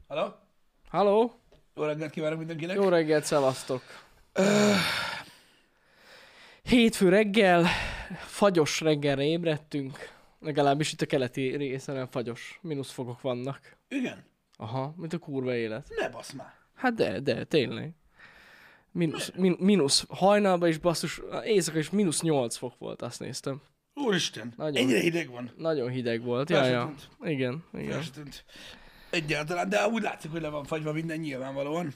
Halló? Halló? Jó reggelt kívánok mindenkinek! Jó reggelt, szevasztok! Hétfő reggel, fagyos reggelre ébredtünk. Legalábbis itt a keleti részen nem fagyos. Mínuszfokok vannak. Igen? Aha, mint a kurva élet. Ne basz már! Hát tényleg. Mínusz hajnalban is basszus, éjszaka is -8 fok volt, azt néztem. Úristen, Nagyon. ennyire hideg van. Nagyon hideg volt. Fel se Ja. tűnt. Igen. Fel se tűnt. Egyáltalán, de úgy látszik, hogy le van fagyva minden nyilvánvalóan.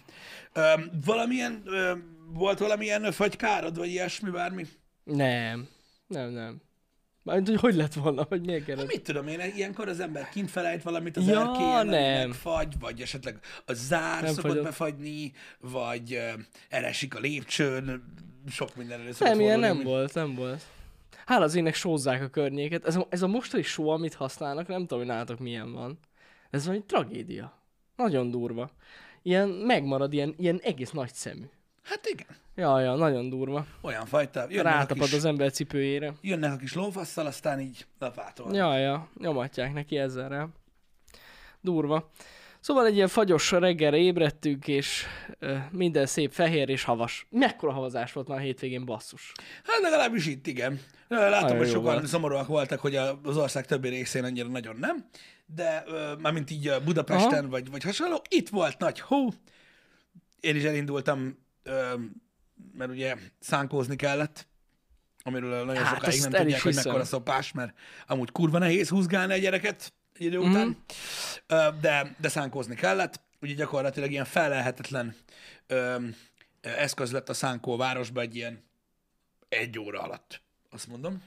Volt valamilyen fagykárod, vagy ilyesmi, bármi? Nem. Mármint, hogy lett volna, hogy miért Hát kellett. mit tudom én, ilyenkor az ember kint felejt valamit az Ja, erkélyen, ami nem. megfagy, vagy esetleg a zár Nem szokott fagyott. befagyni, vagy elesik a lépcsőn, sok minden először. Nem, ilyen nem volt. Hála az ének sózzák a környéket. Ez a mostani só, amit használnak, nem tudom, hogy nálatok milyen van. Ez valami tragédia. Nagyon durva. Ilyen megmarad, ilyen egész nagy szemű. Hát igen, Ja, nagyon durva. olyan fajta. Rátapad az ember cipőjére. Jönnek a kis lófasszal, aztán így lapától. Ja, nyomatják neki ezzelre. Durva. Szóval egy ilyen fagyos reggelre ébredtünk, és minden szép fehér és havas. Mekkora havazás volt már a hétvégén, basszus. Hát legalábbis itt, igen. Látom, Nagyon hogy jó sokan volt. szomorúak voltak, hogy az ország többi részén annyira nagyon nem, de mármint így Budapesten, vagy hasonló, itt volt nagy hó. Én is elindultam, mert ugye szánkózni kellett, amiről nagyon Hát, sokáig azt nem el is tudják, hogy hiszem. mekkora szopás, mert amúgy kurva nehéz húzgálni a gyereket egy idő után, de szánkózni kellett. Ugye gyakorlatilag ilyen felelhetetlen eszköz lett a szánkó városba egy ilyen 1 óra alatt, azt mondom.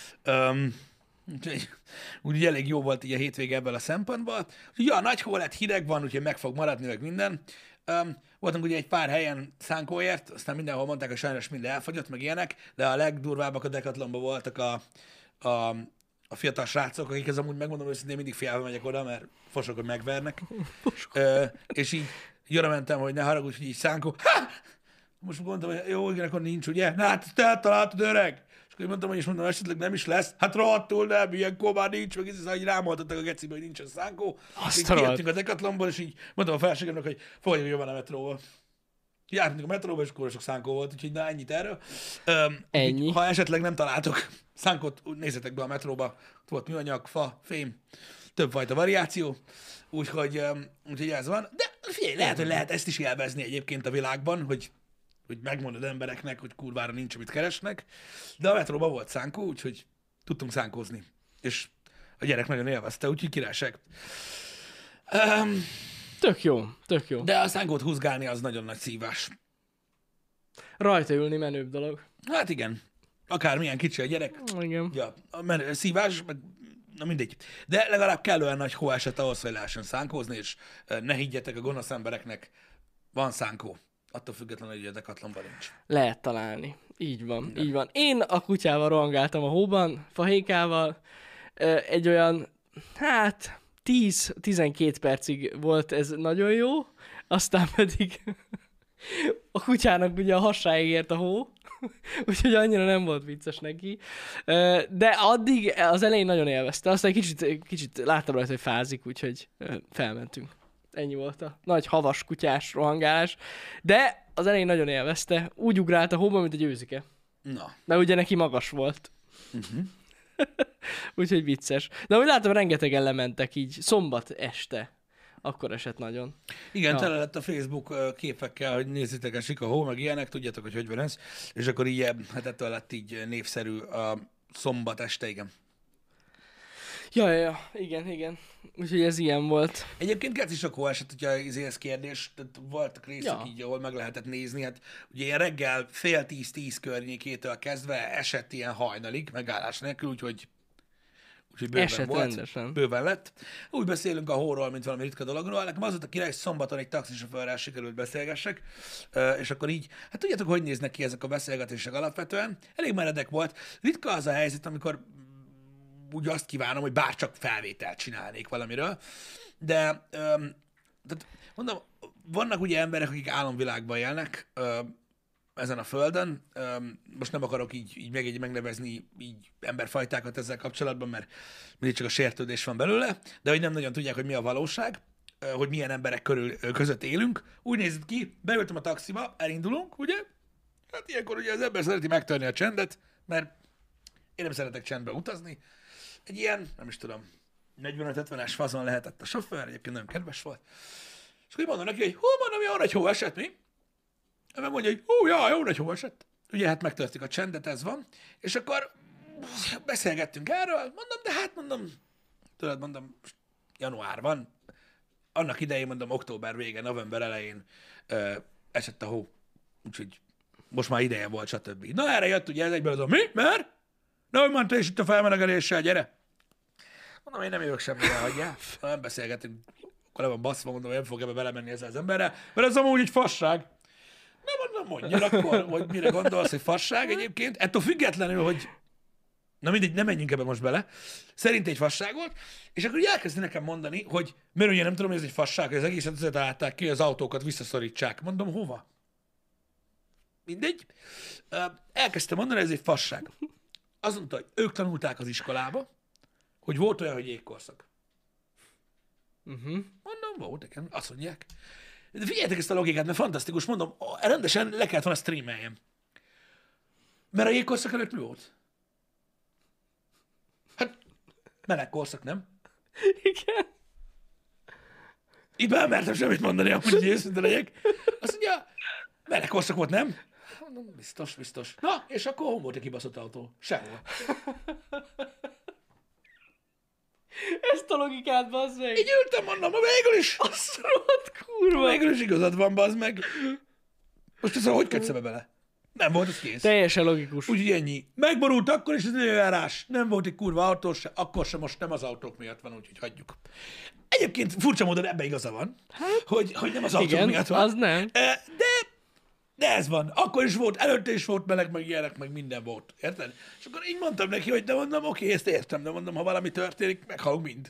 Úgyhogy elég jó volt így a hétvége ebből a szempontból. Ja, nagy hó lett, hideg van, úgyhogy meg fog maradni, meg minden. Voltunk ugye egy pár helyen szánkóért, aztán mindenhol mondták, hogy sajnos minden elfogyott, meg ilyenek, de a legdurvábbak a Decathlonban voltak a fiatal srácok, akikhez amúgy megmondom őszintén, mindig félve megyek oda, mert fosok, hogy megvernek. És így oda mentem, hogy ne haragudj, hogy így szánkó. Most gondoltam, hogy jó, igen, akkor nincs, ugye? Na hát, te eltaláltad, öreg! És akkor mondtam, esetleg nem is lesz. Hát rohadtul nem, ilyenkor már nincs, meg ez így rámoltattak a gecibe, hogy nincsen szánkó. Azt Így a rohadt. kijöttünk a Decathlonból, és így mondtam a feleségemnek, hogy fogadjuk jobban a metróval. Jártunk a metróba, és akkor sok szánkó volt, úgyhogy na ennyit erről. Ennyi. Úgyhogy, ha esetleg nem találtok szánkót, nézzetek be a metróba. Ott volt műanyag, fa, fém, többfajta variáció. Úgyhogy ez van. De figyelj, lehet ezt is élvezni egyébként a világban, hogy megmondod embereknek, hogy kurvára nincs, amit keresnek. De a metróban volt szánkó, úgyhogy tudtunk szánkózni. És a gyerek nagyon élvezte, úgyhogy királyság. Tök jó. De a szánkót húzgálni az nagyon nagy szívás. Rajta ülni menőbb dolog. Hát igen. Akármilyen kicsi a gyerek. Igen. Ja, szívás, meg na mindegy. De legalább kellően nagy hó esett ahhoz, hogy lehessen szánkózni, és ne higgyetek a gonosz embereknek, van szánkó. Attól függetlenül, hogy a Decathlonban nincs. Lehet találni. Így van. Én a kutyával rohangáltam a hóban, fahékával. Egy olyan, 10-12 percig volt ez nagyon jó, aztán pedig a kutyának ugye a hasáig ért a hó, úgyhogy annyira nem volt vicces neki. De addig az elején nagyon élvezte, aztán kicsit láttam rajta, hogy fázik, úgyhogy felmentünk. Ennyi volt a nagy havas kutyás rohangálás. De az elején nagyon élvezte, úgy ugrált a hóba, mint egy őzike. Na. Mert ugye neki magas volt. Úgyhogy vicces. De ahogy látom, rengetegen lementek így szombat este. Akkor esett nagyon. Igen, Ja. tele lett a Facebook képekkel, hogy nézzétek, esik a hó, meg ilyenek, tudjátok, hogy van ez. És akkor így, hát ettől lett így népszerű a szombat este, igen. Ja, igen. Úgyhogy ez ilyen volt. Egyébként Geci sok hó esett, hogyha ez kérdés, tehát voltak részek Ja. így, ahol meg lehetett nézni, hát ugye ilyen reggel fél 10 környékétől kezdve esett ilyen hajnalig, megállás nélkül, úgyhogy bőven Esett volt, rendesen. bőven lett. Úgy beszélünk a hóról, mint valami ritka dologról. Nekem az volt a király, hogy szombaton egy taxisofőrrel sikerült beszélgessek, és akkor így, hát tudjátok, hogy néznek ki ezek a beszélgetések alapvetően. Elég meredek volt. Ritka az a helyzet, amikor úgy azt kívánom, hogy bárcsak felvételt csinálnék valamiről, de tehát mondom, vannak ugye emberek, akik álomvilágban élnek ezen a földön. Most nem akarok így megnevezni így emberfajtákat ezzel kapcsolatban, mert mindig csak a sértődés van belőle, de hogy nem nagyon tudják, hogy mi a valóság. hogy milyen emberek között élünk. Úgy nézett ki, beültem a taxiba, elindulunk, ugye? Hát ilyenkor ugye az ember szereti megtörni a csendet, mert én nem szeretek csendbe utazni. Egy ilyen, nem is tudom, 45-50-es fazon lehetett a sofőr, egyébként nagyon kedves volt. És akkor mondom neki, hogy mondom, jó nagy hó esett, mi? Ő meg mondja, hogy jó nagy hó esett. Ugye hát megtörtük a csendet, ez van. És akkor beszélgettünk erről, mondom, de hát mondom, január van. Annak idején, mondom, október vége, november elején esett a hó. Úgyhogy most már ideje volt, stb. Na erre jött ugye ez egyből az a mi? Mert? Na, hogy mondta, és itt a felmenegeléssel, gyere. Mondom, én nem jövök semmire, hagyjál. Nem beszélgetünk. Akkor le van baszva, mondom, nem fog ebbe belemenni ezzel az emberre, mert ez amúgy egy fasság. Nem mondjad akkor, hogy mire gondolsz, hogy fasság egyébként. Ettől függetlenül, hogy na mindegy, nem menjünk ebbe most bele. Szerint egy fasság volt, és akkor elkezdi nekem mondani, hogy mert ugye nem tudom, hogy ez egy fasság, hogy az egészet azért találták ki, hogy az autókat visszaszorítsák. Mondom, hova? Mindegy. Elkezdte mondani, hogy ez egy fasság. Azt mondta, hogy ők tanulták az iskolába, hogy volt olyan, hogy jégkorszak. Mondom, volt, igen, azt mondják. De figyeljetek ezt a logikát, mert fantasztikus, mondom, rendesen le kellett volna streameljem. Mert a jégkorszak előtt mi volt? Hát, meleg korszak, nem? Igen. Így bemertem semmit mondani, amúgy őszinte legyek. Azt mondja, meleg korszak volt, nem? Mondom, biztos. Na, és akkor hol volt egy kibaszott autó? Sehol. Ezt a logikát, bazd meg. Így ültem, mondom, végül is. Azt rohadt kurva. Végül is igazad van, bazd meg. Most ez hogy kötsz ebbe bele? Nem volt, ez kész. Teljesen logikus. Úgyhogy ennyi. Megborult akkor is az időjárás. Nem volt egy kurva autó se, akkor sem, most nem az autók miatt van, úgyhogy hagyjuk. Egyébként furcsa módon ebben igaza van, hogy nem az autók igen, miatt van. az nem. De ez van. Akkor is volt, előtte is volt meleg, meg ilyenek, meg minden volt. Érted? És akkor így mondtam neki, hogy de mondom, oké, ezt értem, de mondom, ha valami történik, meghalunk mind.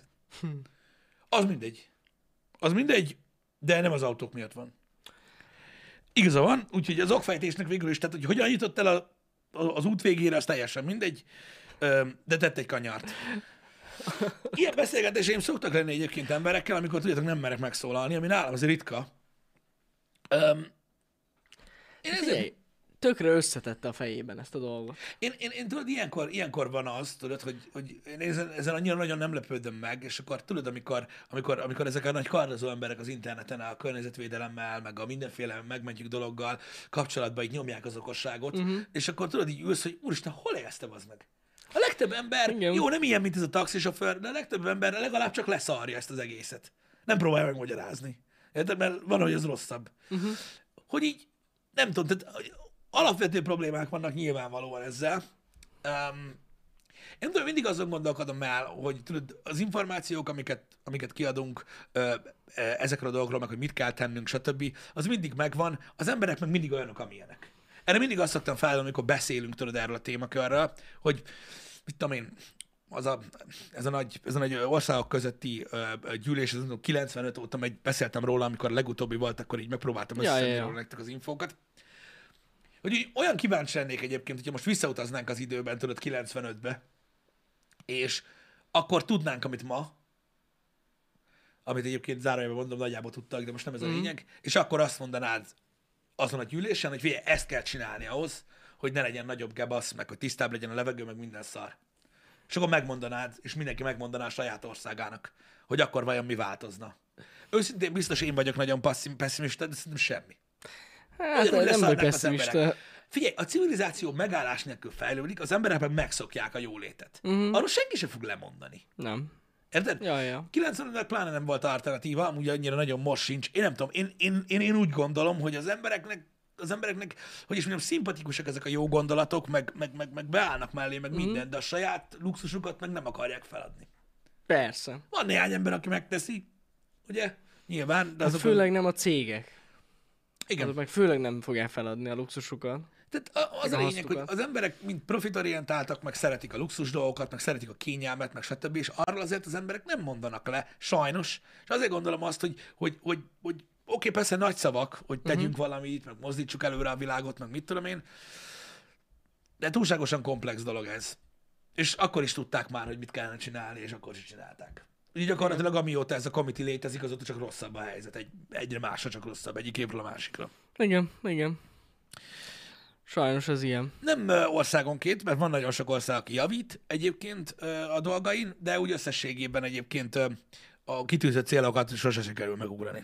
Az mindegy, de nem az autók miatt van. Igaza van, úgyhogy az okfejtésnek végül is, tehát hogy hogyan jutott el az út végére, az teljesen mindegy, de tett egy kanyart. Ilyen beszélgetéseim szoktak lenni egyébként emberekkel, amikor tudjátok, nem merek megszólalni, ami nálam azért ritka. Figyelj, tökre összetette a fejében ezt a dolgot. Én tudod, ilyenkor van az, tudod, hogy én ezen annyira nagyon nem lepődöm meg, és akkor tudod, amikor ezek a nagy kardozó emberek az interneten a környezetvédelemmel, meg a mindenféle megmentjük dologgal kapcsolatban így nyomják az okosságot, és akkor tudod, így ülsz, hogy úristen, hol éreztem az meg? A legtöbb ember, igen. Jó, nem ilyen, mint ez a taxisofőr, de a legtöbb ember legalább csak leszarja ezt az egészet. Nem próbálja megmagyarázni. Érted? Mert van, hogy az rosszabb. Hogy így, nem tudom, tehát alapvető problémák vannak nyilvánvalóan ezzel. Én tudom, mindig azon gondolkodom el, hogy tudod, az információk, amiket kiadunk ezekről a dolgokról, meg hogy mit kell tennünk, stb., az mindig megvan, az emberek meg mindig olyanok, amilyenek. Erre mindig azt szoktam feladni, amikor beszélünk, tudod, erről a témakörről, hogy mit tudom én, ez a nagy országok közötti gyűlés, ez 95 óta beszéltem róla, amikor a legutóbbi volt, akkor így megpróbáltam összeszedni róla nektek az infókat. Hogy olyan kíváncsi lennék egyébként, hogyha most visszautaznánk az időben, tudod, 95-be, és akkor tudnánk, amit ma, amit egyébként zárójelben mondom, nagyjából tudtak, de most nem ez a lényeg, és akkor azt mondanád azon a gyűlésen, hogy figyelj, ezt kell csinálni ahhoz, hogy ne legyen nagyobb gebasz, meg hogy tisztább legyen a levegő, meg minden szar. És akkor megmondanád, és mindenki megmondaná a saját országának, hogy akkor vajon mi változna. Őszintén biztos én vagyok nagyon pessimista, de szerintem semmi. Hát nem vagy pessimista. Figyelj, a civilizáció megállás nélkül fejlődik, az emberek meg megszokják a jólétet. Arról senki sem fog lemondani. Nem. Érted? Ja. 90-ben pláne nem volt alternatíva, amúgy annyira nagyon most sincs. Én nem tudom, én úgy gondolom, hogy az embereknek, hogy is mondjam, szimpatikusak ezek a jó gondolatok, meg beállnak mellé, meg minden, de a saját luxusukat meg nem akarják feladni. Persze. Van néhány ember, aki megteszi, ugye? Nyilván. De azok főleg nem a cégek. Igen. Azok meg főleg nem fogják feladni a luxusukat. Tehát az a lényeg, hogy az emberek mind profitorientáltak, meg szeretik a luxus dolgokat, meg szeretik a kényelmet, meg stb. És arról azért az emberek nem mondanak le, sajnos. És azért gondolom azt, hogy oké, persze nagy szavak, hogy tegyünk valamit, meg mozdítsuk előre a világot, meg mit tudom én, de túlságosan komplex dolog ez. És akkor is tudták már, hogy mit kellene csinálni, és akkor is csinálták. Így gyakorlatilag amióta ez a committee létezik, azóta csak rosszabb a helyzet. Egyre másra csak rosszabb, egyik évről a másikra. Igen, igen. Sajnos ez ilyen. Nem országonként, mert van nagyon sok ország, aki javít egyébként a dolgain, de úgy összességében egyébként a kitűzött célokat sosem sikerül megugrani.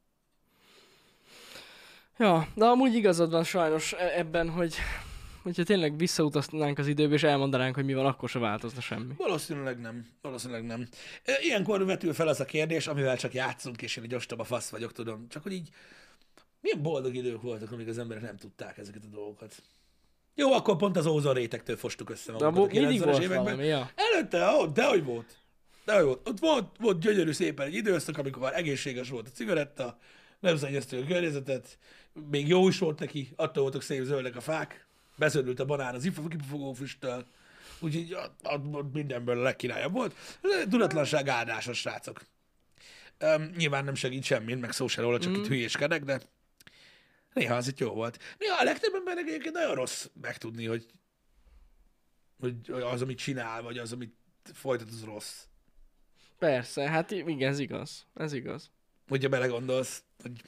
Ja, de amúgy igazad van sajnos ebben, hogyha tényleg visszautaznánk az időbe, és elmondanánk, hogy mi van, akkor se változna semmi. Valószínűleg nem. Valószínűleg nem. Ilyenkor vetül fel az a kérdés, amivel csak játszunk, és én egy ostoba fasz vagyok, tudom. Csak hogy így milyen boldog idők voltak, amíg az emberek nem tudták ezeket a dolgokat. Jó, akkor pont az ózon rétegtől fostuk össze magunkat a 90-es években. Valami, ja. Előtte, dehogy volt. Ott volt gyönyörű szépen egy időszak, amikor már egészséges volt a cigaretta, nem szennyeztük a környezetet, még jó is volt neki, attól voltak szép zöldek a fák, beszödült a banán az kipufogó füsttel, úgyhogy mindenből a legkirályabb volt. Tudatlanság áldásos, srácok. Nyilván nem segít semmin, meg szó se róla, csak itt hülyéskedek, de néha az itt jó volt. Néha a legtöbb embernek egyébként nagyon rossz megtudni, hogy az, amit csinál, vagy az, amit folytat, az rossz. Persze, hát igen, ez igaz. Ez igaz. Hogyha belegondolsz, hogy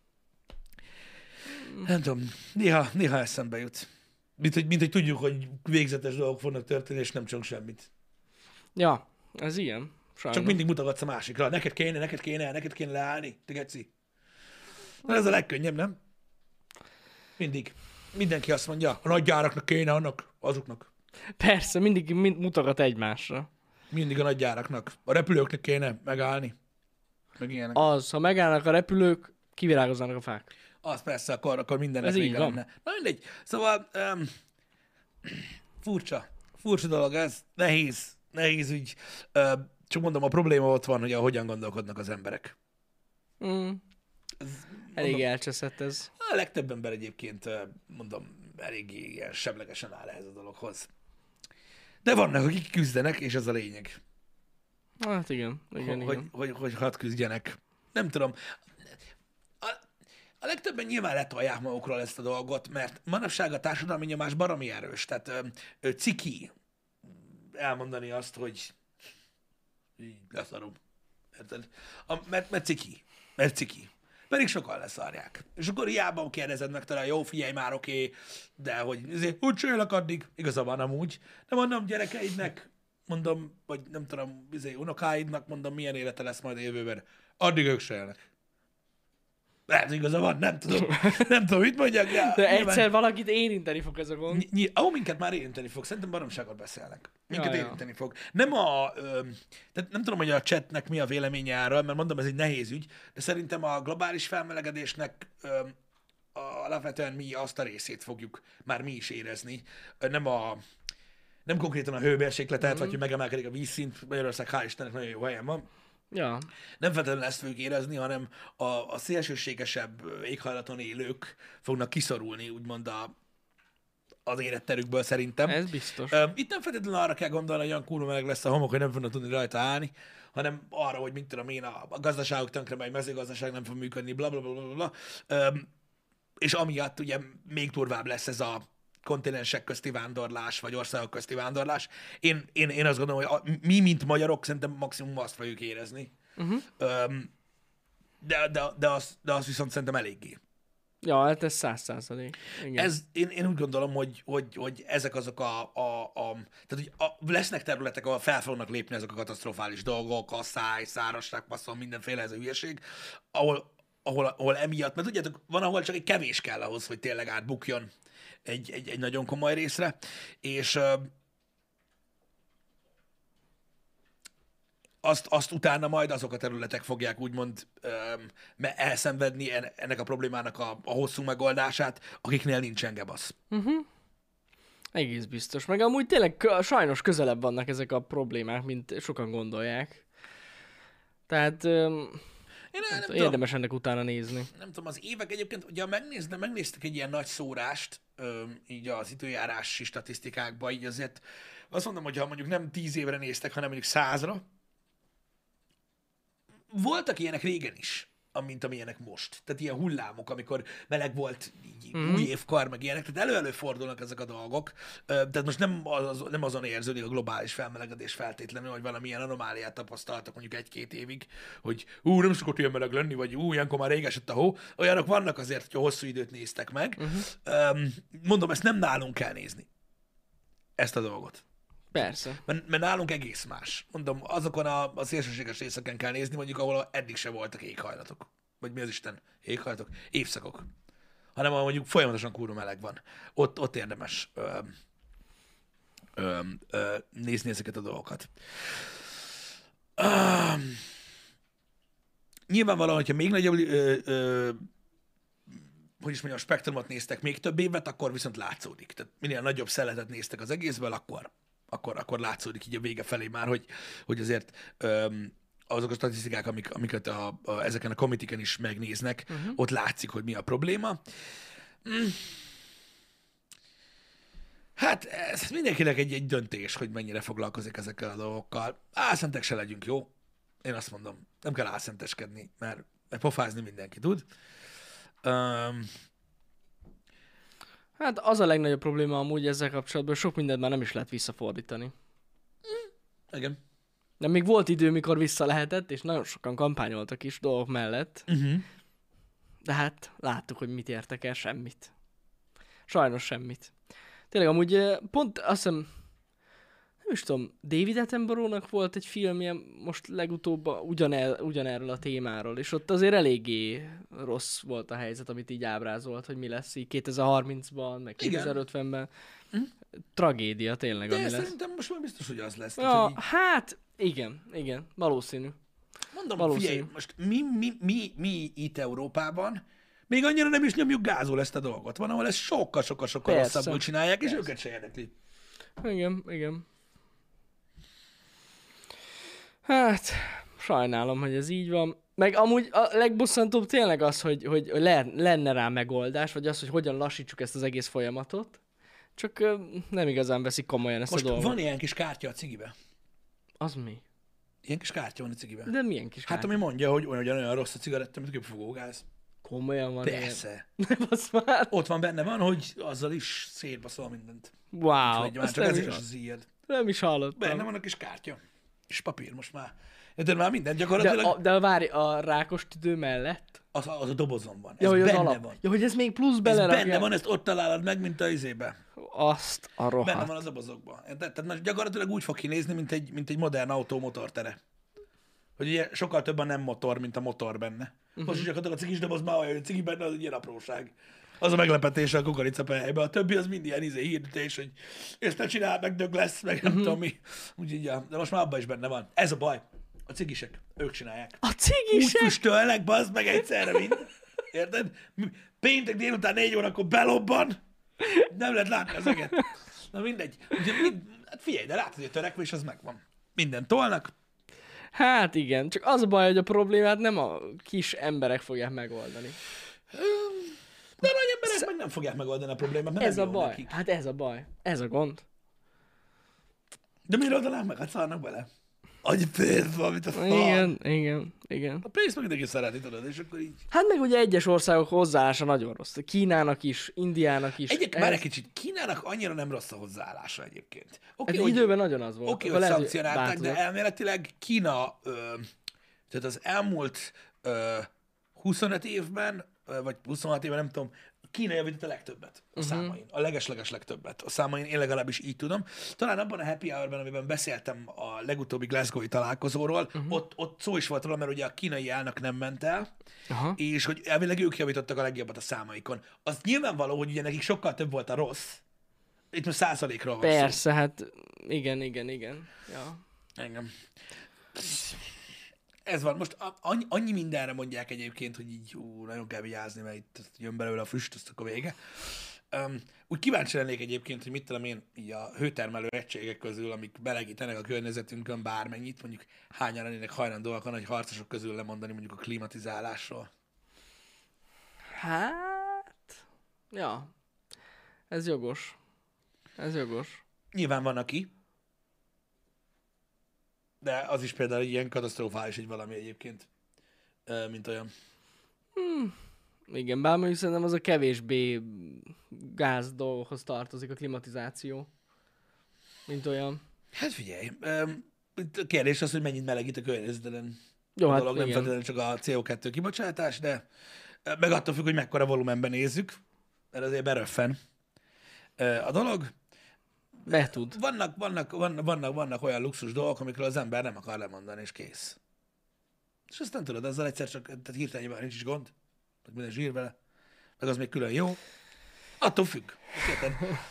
nem tudom, néha eszembe jut. Mint hogy tudjuk, hogy végzetes dolgok fognak történni, és nem csak semmit. Ja, ez ilyen. Sajnos. Csak mindig mutogatsz a másikra. Neked kéne leállni, te geci. Na ez a legkönnyebb, nem? Mindig. Mindenki azt mondja, a nagygyáraknak kéne annak, azoknak. Persze, mindig mutogat egymásra. Mindig a nagygyáraknak. A repülőknek kéne megállni. Meg ilyenek. Ha megállnak a repülők, kivirágoznának a fák. Az persze, akkor mindennek Ez így vége van. lenne. Na mindegy. Szóval furcsa dolog ez. Nehéz ügy. Csak mondom, a probléma ott van, hogy hogyan gondolkodnak az emberek. Elég elcseszett ez. A legtöbb ember egyébként, mondom, eléggé ilyen semlegesen áll ehhez a dologhoz. De vannak, akik küzdenek, és ez a lényeg. Hát igen. Hogy hadd küzdjenek. Nem tudom. A legtöbben nyilván letolják magukról ezt a dolgot, mert manapság a társadalmi nyomás baromi erős. Tehát ciki elmondani azt, hogy így leszarom. Érted? Mert ciki. Mert ciki. Pedig sokan leszarják. És akkor hiába kérdezed meg tőle, jó, figyelj már, oké, de hogy úgy csinálok addig, igazabban amúgy. De mondom gyerekeidnek, mondom, vagy nem tudom, unokáidnak, mondom, milyen élete lesz majd a jövőben. Addig ők se élnek. Lehet, igaza van, nem tudom, mit mondjak. De egyszer valakit érinteni fog ez a gond. Minket már érinteni fog, szerintem baromságot beszélnek. Minket Ja. érinteni fog. Tehát nem tudom, hogy a chatnek mi a véleménye erről, mert mondom, ez egy nehéz ügy, de szerintem a globális felmelegedésnek alapvetően mi azt a részét fogjuk már mi is érezni. Nem konkrétan a hőmérsékletet, vagy hogy megemelkedik a vízszint. Magyarország, hál' Istennek, nagyon jó helyen van. Ja. Nem feltétlenül ezt fogjuk érezni, hanem a szélsőségesebb éghajlaton élők fognak kiszorulni, úgymond az életterükből szerintem. Ez biztos. Itt nem feltétlenül arra kell gondolni, hogy olyan kurva meleg lesz a homok, hogy nem fognak tudni rajta állni, hanem arra, hogy mit tudom én, a gazdaságok tönkre megy, mezőgazdaság nem fog működni, blablabla. És amiatt ugye még durvább lesz ez a kontinensek közti vándorlás, vagy országok közti vándorlás. Én azt gondolom, hogy mi, mint magyarok, szerintem maximum azt fogjuk érezni. De az viszont szerintem eléggé. Ja, hát ez 100%. Igen. Én úgy gondolom, hogy ezek azok tehát, hogy lesznek területek, ahol fel fognak lépni ezek a katasztrofális dolgok, a szárazság, passzol, mindenféle ez a hülyeség, ahol emiatt, mert tudjátok, van, ahol csak egy kevés kell ahhoz, hogy tényleg átbukjon egy nagyon komoly részre, és azt utána majd azok a területek fogják úgymond elszenvedni ennek a problémának a hosszú megoldását, akiknél nincsen gebasz. Egész biztos. Meg amúgy tényleg sajnos közelebb vannak ezek a problémák, mint sokan gondolják. Tehát érdemes ennek utána nézni. Nem tudom, az évek egyébként, ugye megnéztek egy ilyen nagy szórást, így az időjárási statisztikákban, így azért azt mondom, hogy ha mondjuk nem 10 évre néztek, hanem mondjuk 100-ra, voltak ilyenek régen is. mint amilyenek most. Tehát ilyen hullámok, amikor meleg volt így új évkor, meg ilyenek. Tehát elő-elő fordulnak ezek a dolgok. Tehát most nem azon érződik a globális felmelegedés feltétlenül, hogy valamilyen anomáliát tapasztaltak mondjuk 1-2 évig, hogy nem szokott ilyen meleg lenni, vagy ilyenkor már rég esett a hó. Olyanok vannak azért, hogy hosszú időt néztek meg. Mondom, ezt nem nálunk kell nézni. Ezt a dolgot. Persze. Mert nálunk egész más. Mondom, azokon a szélsőséges részeken kell nézni, mondjuk, ahol eddig se voltak éghajlatok. Vagy mi az Isten? Éghajlatok? Évszakok. Hanem ahol mondjuk folyamatosan kurva meleg van. Ott érdemes nézni ezeket a dolgokat. Nyilvánvalóan, hogyha még nagyobb hogy is mondjam, a spektrumot néztek még több évet, akkor viszont látszódik. Tehát minél nagyobb szeletet néztek az egészből, akkor látszódik így a vége felé már, hogy azért azok a statisztikák, amiket ezeken a komitiken is megnéznek, ott látszik, hogy mi a probléma. Hát ez mindenkinek egy döntés, hogy mennyire foglalkozik ezekkel a dolgokkal. Álszentek se legyünk, jó? Én azt mondom, nem kell álszenteskedni, mert pofázni mindenki tud. Hát az a legnagyobb probléma amúgy ezzel kapcsolatban, sok mindent már nem is lehet visszafordítani. Igen. De még volt idő, mikor vissza lehetett, és nagyon sokan kampányoltak is dolgok mellett. De hát láttuk, hogy mit értek el, semmit. Sajnos semmit. Tényleg amúgy pont azt hiszem, nem is tudom, David Attenborough-nak volt egy filmje most legutóbb ugyanerről a témáról, és ott azért eléggé rossz volt a helyzet, amit így ábrázolt, hogy mi lesz így 2030-ban, meg 2050-ben. Tragédia tényleg, de ami lesz. Szerintem most már biztos, hogy az lesz. Ja, hát igen, valószínű. Mondom, valószínű. figyelj, most mi itt Európában még annyira nem is nyomjuk gázul ezt a dolgot. Van, ahol ezt sokkal rosszabbul csinálják, és őket se érdekli. Igen. Hát, sajnálom, hogy ez így van. Meg amúgy a legbosszantóbb tényleg az, hogy lenne rá megoldás, vagy az, hogy hogyan lassítsuk ezt az egész folyamatot. Csak nem igazán veszik komolyan ezt most a dolgot. Van ilyen kis kártya a cigibe. Az mi? Ilyen kis kártya van a cigibe. De milyen kis kártya? Hát ami mondja, hogy olyan rossz a cigaretta, mint kipufogógáz. Komolyan van Persze. Nem, az már. Ott van benne van, hogy azzal is szétbaszol mindent. Wow. Úgyhogy már csak ezért is az ilyet. Nem is hallottam. Benne van a kis kártya. És papír most már. Érted, már minden gyakorlatilag. De várj, a rákos tüdő mellett? Az a dobozon van. Ez Ja, hogy az benne alap. van. Ja, hogy ez még plusz Ez belerakják. benne van, ezt ott találod meg, mint a izébe. Azt a rohadt. Benne van az dobozokban. Tehát gyakorlatilag úgy fog kinézni, mint egy modern autó motortere. Hogy ugye sokkal több a nem motor, mint a motor benne. Most is gyakorlatilag a cigis doboz már olyan, hogy a cigi benne az egy ilyen apróság. Az a meglepetés a kukoricapehelyben. A többi az mind ilyen hirdetés, hogy ezt ne csinál, meg dög lesz, meg nem tudom mi. Úgyhogy, ja. De most már abban is benne van. Ez a baj. A cigisek, ők csinálják. A Úgy cigisek? füstölnek, bazd meg egyszerre mind. Érted? Péntek délután 4 órakor belobban. Nem lehet látni az eget. Na mindegy. Ugye, hát figyelj, de látod, hogy a törekvés az megvan. Minden tolnak. Hát igen, csak az a baj, hogy a problémát nem a kis emberek fogják megoldani. De a nagy emberek meg nem fogják megoldani a problémát, mert Ez nem a jó baj. nekik. Hát ez a baj. Ez a gond. De miért oldanák meg? Hát szarnak bele. Annyi pénz van, mint a szar. Igen. A pénzt meg mindenki szereti, tudod, és akkor így. Hát meg ugye egyes országok hozzáállása nagyon rossz. Kínának is, Indiának is. Egyébként már egy kicsit, Kínának annyira nem rossz a hozzáállása egyébként. Ez időben nagyon az volt. Oké, Akkor hogy lehet, szankcionálták, de változott. elméletileg Kína, tehát az elmúlt 25 évben, vagy 26 évben, nem tudom, Kína javított a legtöbbet a számain. A leges legtöbbet a számain, én legalábbis így tudom. Talán abban a happy hour-ben, amiben beszéltem a legutóbbi Glasgow-i találkozóról, ott szó is volt róla, mert ugye a kínai elnök nem ment el, és hogy elvileg ők javítottak a legjobbat a számaikon. Az nyilvánvaló, hogy ugye nekik sokkal több volt a rossz. Itt most százalékról van szó. Persze, hát igen. Ja. Engem. Ez van. Most annyi mindenre mondják egyébként, hogy így nagyon kell vigyázni, mert itt jön belőle a füst, azt akkor vége. Úgy kíváncsi lennék egyébként, hogy mit tudom én, így a hőtermelő egységek közül, amik belegítenek a környezetünkön bármennyit, mondjuk hányan lennének hajlandóak a nagy harcosok közül lemondani mondjuk a klimatizálásról. Hát... Ja. Ez jogos. Nyilván van aki, de az is például ilyen katasztrofális egy valami egyébként, mint olyan. Igen, bár mondjuk szerintem az a kevésbé gáz dolgokhoz tartozik a klimatizáció, mint olyan. Hát figyelj, itt a kérdés az, hogy mennyit melegít a környezeteden. Jó, A hát dolog nem igen. feltétlenül csak a CO2 kibocsátás, de meg attól függ, hogy mekkora volumenben nézzük, mert azért beröffen a dolog. Be tud. Vannak olyan luxus dolgok, amikről az ember nem akar lemondani, és kész. És aztán tudod, azzal egyszer csak, tehát hirtelen nyilván nincs is gond, meg minden zsír vele, meg az még külön jó. Attól függ. Érted?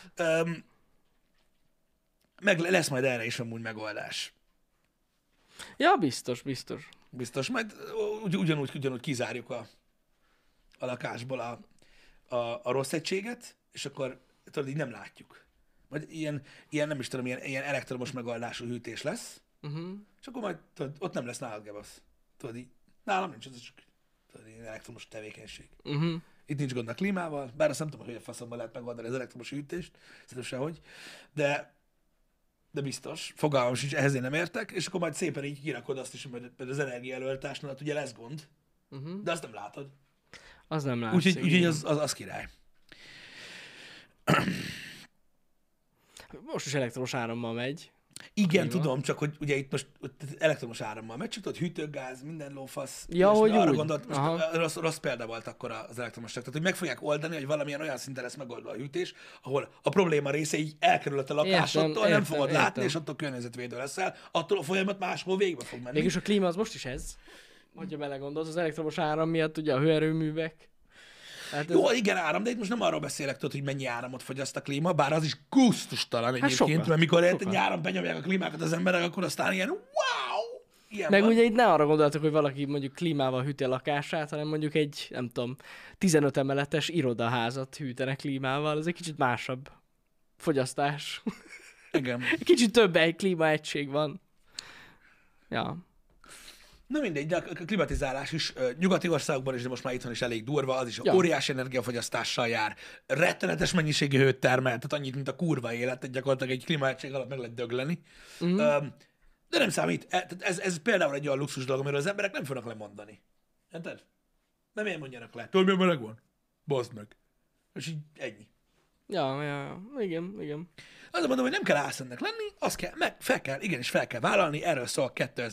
Meg lesz majd erre is amúgy megoldás. Ja, biztos, biztos. Biztos. Majd ugyanúgy kizárjuk a lakásból a rossz egységet, és akkor tudod, így nem látjuk. Majd ilyen nem is tudom, ilyen elektromos megoldású hűtés lesz, és akkor majd tudod, ott nem lesz nálad, gebasz. Tudod, így, nálam nincs, ez csak tudod, ilyen elektromos tevékenység. Itt nincs gond a klímával, bár azt nem tudom, hogy a faszomban lehet megoldani az elektromos hűtést, szerintem sehogy, de biztos, fogalmam sincs, ehhez én nem értek, és akkor majd szépen így kirakod azt is, mert az energiaelőállításnál ugye lesz gond, de azt nem látod. Az nem látszik. Úgyhogy az király. Most is elektromos árammal megy. Igen, tudom, csak hogy ugye itt most elektromos árammal megy, csak tudod, hűtőgáz, minden lófasz. Ja, és hogy arra úgy. gondolt, most rossz példa volt akkor az elektromosnak. Tehát, hogy meg fogják oldani, hogy valamilyen olyan szinten lesz megoldva a hűtés, ahol a probléma része így elkerülhet a lakásodtól, nem fogod látni, és attól környezetvédő leszel, attól a folyamat máshol végbe fog menni. Mégis a klíma az most is ez. Hogyha belegondolsz, az elektromos áram miatt ugye a hőerőművek. Hát Jó, igen, áram, de itt most nem arról beszélek, tudod, hogy mennyi áramot fogyaszt a klíma, bár az is gusztustalan egyébként, sokat, mert mikor sokat. nyáron benyomják a klímákat az emberek, akkor aztán ilyen wow! Ilyen meg van. ugye itt ne arra gondoltok, hogy valaki mondjuk klímával hűti a lakását, hanem mondjuk egy, nem tudom, 15 emeletes irodaházat hűtenek klímával, ez egy kicsit másabb fogyasztás. Igen. Kicsit több egy klímaegység van. Ja. Na mindegy, de a klimatizálás is nyugati országokban is, de most már itthon is elég durva, az is Ja. óriási energiafogyasztással jár. Rettenetes mennyiségű hőt termel, tehát annyit, mint a kurva élet, tehát gyakorlatilag egy klímaegység alatt meg lehet dögleni. De nem számít. Tehát ez például egy olyan luxus dolog, amiről az emberek nem fognak lemondani. Érted? Nem ilyen mondjanak le. Tudod, milyen meleg van? Baszd meg. És így ennyi. Ja. Igen. Azt mondom, hogy nem kell álszennek lenni, azt kell, igenis fel kell vállalni, erről szól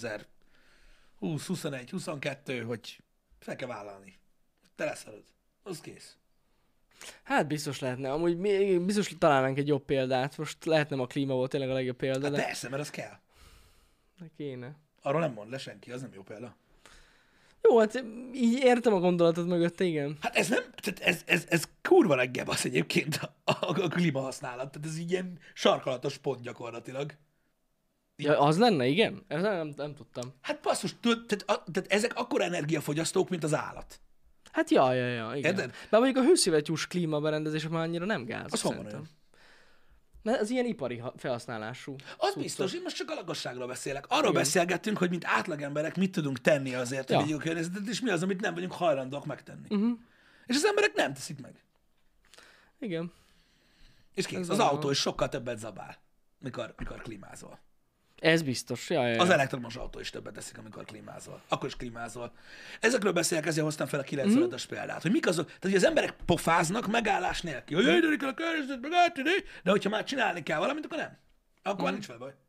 2020, 21, 22, hogy fel kell vállalni. Te leszarod. Az kész. Hát biztos lehetne. Amúgy biztos találnánk egy jobb példát. Most lehet nem a klíma volt tényleg a legjobb példa, Hát de persze, mert az kell. kéne. Arról nem mond le senki, az nem jó példa. Jó, hát így értem a gondolatot mögötte, igen. Hát ez nem, tehát ez kurva reggebb az egyébként a klímahasználat. Tehát ez így ilyen sarkalatos pont gyakorlatilag. Ja, az lenne, igen? Ez nem tudtam. Hát basszus, tehát ezek akkora energiafogyasztók, mint az állat. Hát ja, igen. Érted? Bár mondjuk a hőszivattyús klímaberendezések már annyira nem gáz. Az hol van szerintem. olyan? Mert az ilyen ipari felhasználású. Az biztos, én most csak a lakosságról beszélek. Arról beszélgettünk, hogy mint átlagemberek mit tudunk tenni azért, hogy védjük a környezetet, és mi az, amit nem vagyunk hajlandóak megtenni. És az emberek nem teszik meg. Igen. És kész. Ez Az van. autó is sokkal többet zabál, mikor klímázol. Ez biztos. Ja. Az elektromos autó is többet teszik, amikor klímázol. Akkor is klímázol. Ezekről beszélek, ezért hoztam fel a 95-ös példát. Hogy mik azok, tehát hogy az emberek pofáznak megállás nélkül. Hogy jöjjön kell a környezet, meg átidő, de hogyha már csinálni kell valamit, akkor nem. Akkor már nincs vele baj.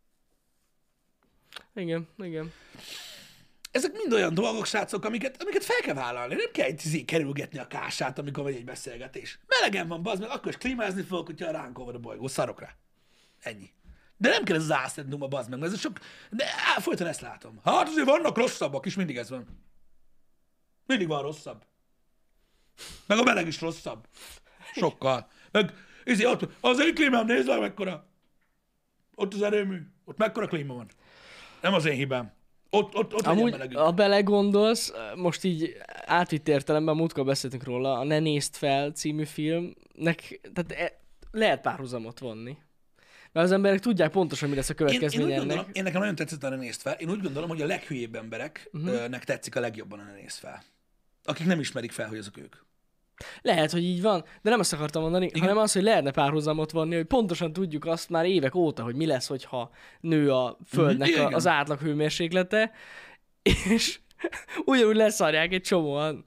Igen. Ezek mind olyan dolgok, srácok, amiket fel kell vállalni. Nem kell itt kerülgetni a kását, amikor megy egy beszélgetés. Melegen van, bazd meg, akkor is klímázni fogok, hogyha ránk olvad a bolygó. Szarok rá. Ennyi. De nem kell ez az álszentnuma, bazd meg, mert ez sok... De folyton ezt látom. Hát azért vannak rosszabbak is, mindig ez van. Mindig van rosszabb. Meg a meleg is rosszabb. Sokkal. Meg ott, az én klímám, nézd meg mekkora. Ott az erőmű. Ott mekkora klíma van. Nem az én hibám. Ott Amúgy, melegünk. ha belegondolsz, most így átvitt értelemben, múltkor beszéltünk róla, a Ne Nézd Fel című filmnek, tehát lehet párhuzamot vonni. Mert az emberek tudják pontosan, mi lesz a Én úgy következménye ennek. gondolom, én nekem nagyon tetszett a Ne Nézd Fel. Én úgy gondolom, hogy a leghülyébb embereknek tetszik a legjobban a Ne Nézd Fel. Akik nem ismerik fel, hogy azok ők. Lehet, hogy így van, de nem azt akartam mondani, hanem az, hogy lehetne párhuzamot vonni, hogy pontosan tudjuk azt már évek óta, hogy mi lesz, hogyha nő a Földnek Igen. az átlag hőmérséklete, és Ugyanúgy leszarják egy csomóan.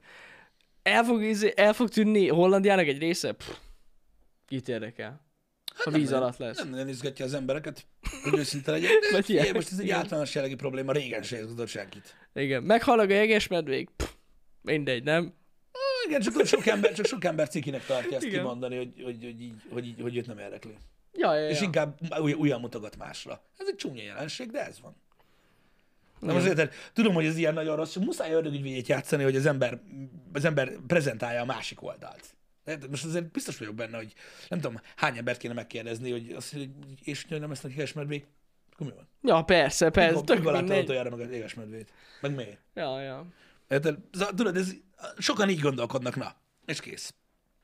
El fog tűnni Hollandiának egy része? Pff, kit érdekel? A víz alatt lesz. Nem nagyon izgatja az embereket, hogy őszinte legyek. De figyelj, most ez egy általános jellegű probléma, régen se izgatott senkit. Igen, meghalnak a jegesmedvék? Pff, mindegy, nem? Igen, csak sok ember cikinek tartja ezt kimondani, hogy őt nem érdekli. Ja. És inkább újra mutogat másra. Ez egy csúnya jelenség, de ez van. Nem azért, tudom, hogy ez ilyen nagyon rossz, csak muszáj ördögügyvédjét játszani, hogy az ember prezentálja a másik oldalt. De most azért biztos vagyok benne, hogy nem tudom, hány embert kéne megkérdezni, hogy azt mondja, hogy és nem esznek jegesmedvék, akkor mi van? Ja, persze. Mikor láttál utoljára meg a jegesmedvét? Meg miért? Ja. Tudod, sokan így gondolkodnak, na, és kész.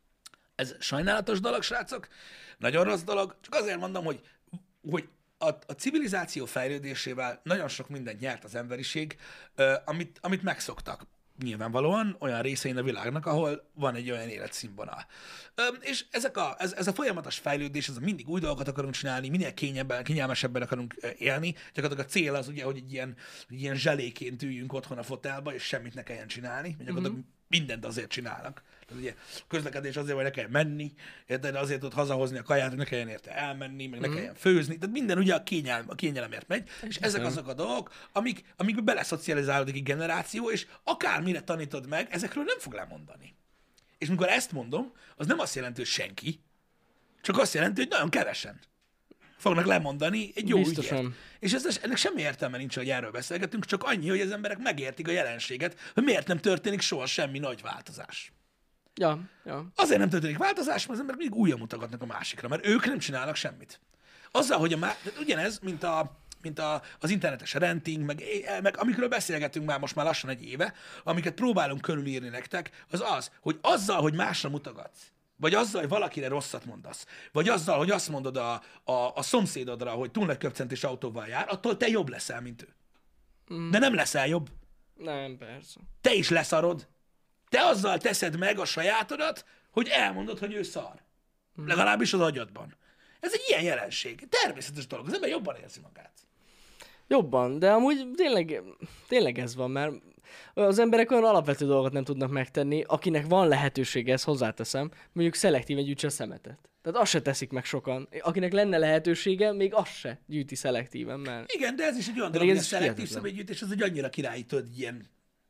Ez sajnálatos dolog, srácok, nagyon rossz dolog, csak azért mondom, hogy a civilizáció fejlődésével nagyon sok mindent nyert az emberiség, amit megszoktak. Nyilvánvalóan olyan részein a világnak, ahol van egy olyan életszínvonal. És ez a folyamatos fejlődés, ez mindig új dolgokat akarunk csinálni, minél kényelmesebben akarunk élni. Gyakorlatilag a cél az ugye, hogy egy ilyen zseléként üljünk otthon a fotelba, és semmit ne kelljen csinálni. Gyakorlatilag mindent azért csinálnak. Tehát ugye a közlekedés azért, hogy ne kelljen menni, de azért tud hazahozni a kaját, hogy ne kelljen érte elmenni, meg ne kelljen főzni. Tehát minden ugye a kényelemért megy. És ezek azok a dolgok, amikbe beleszocializálódik egy generáció, és akármire tanítod meg, ezekről nem fog lemondani. És mikor ezt mondom, az nem azt jelenti, hogy senki, csak azt jelenti, hogy nagyon kevesen fognak lemondani egy jó ügyet. És ennek semmi értelme nincs, hogy erről beszélgetünk, csak annyi, hogy az emberek megértik a jelenséget, hogy miért nem történik soha semmi nagy változás. Ja. Azért nem történik változás, mert az emberek mindig újra mutogatnak a másikra, mert ők nem csinálnak semmit. Azzal, hogy ugyanez, mint az internetes renting, meg amikről beszélgetünk már most már lassan egy éve, amiket próbálunk körülírni nektek, az, hogy azzal, hogy másra mutogatsz, vagy azzal, hogy valakire rosszat mondasz, vagy azzal, hogy azt mondod a szomszédodra, hogy túl nagy köpcentés autóval jár, attól te jobb leszel, mint ő. De nem leszel jobb. Nem, persze. Te is leszarod. Te azzal teszed meg a sajátodat, hogy elmondod, hogy ő szar. Legalábbis az agyadban. Ez egy ilyen jelenség. Természetes dolog. Az ember jobban érzi magát. Jobban, de amúgy tényleg ez van, mert az emberek olyan alapvető dolgokat nem tudnak megtenni, akinek van lehetősége, ezt hozzáteszem, mondjuk szelektíven gyűjtse a szemetet. Tehát azt se teszik meg sokan. Akinek lenne lehetősége, még azt se gyűjti szelektíven, mert... Igen, de ez is egy olyan dolog, hogy a szelektív személygyűjtés az egy annyira királyi, tudod, ilyen...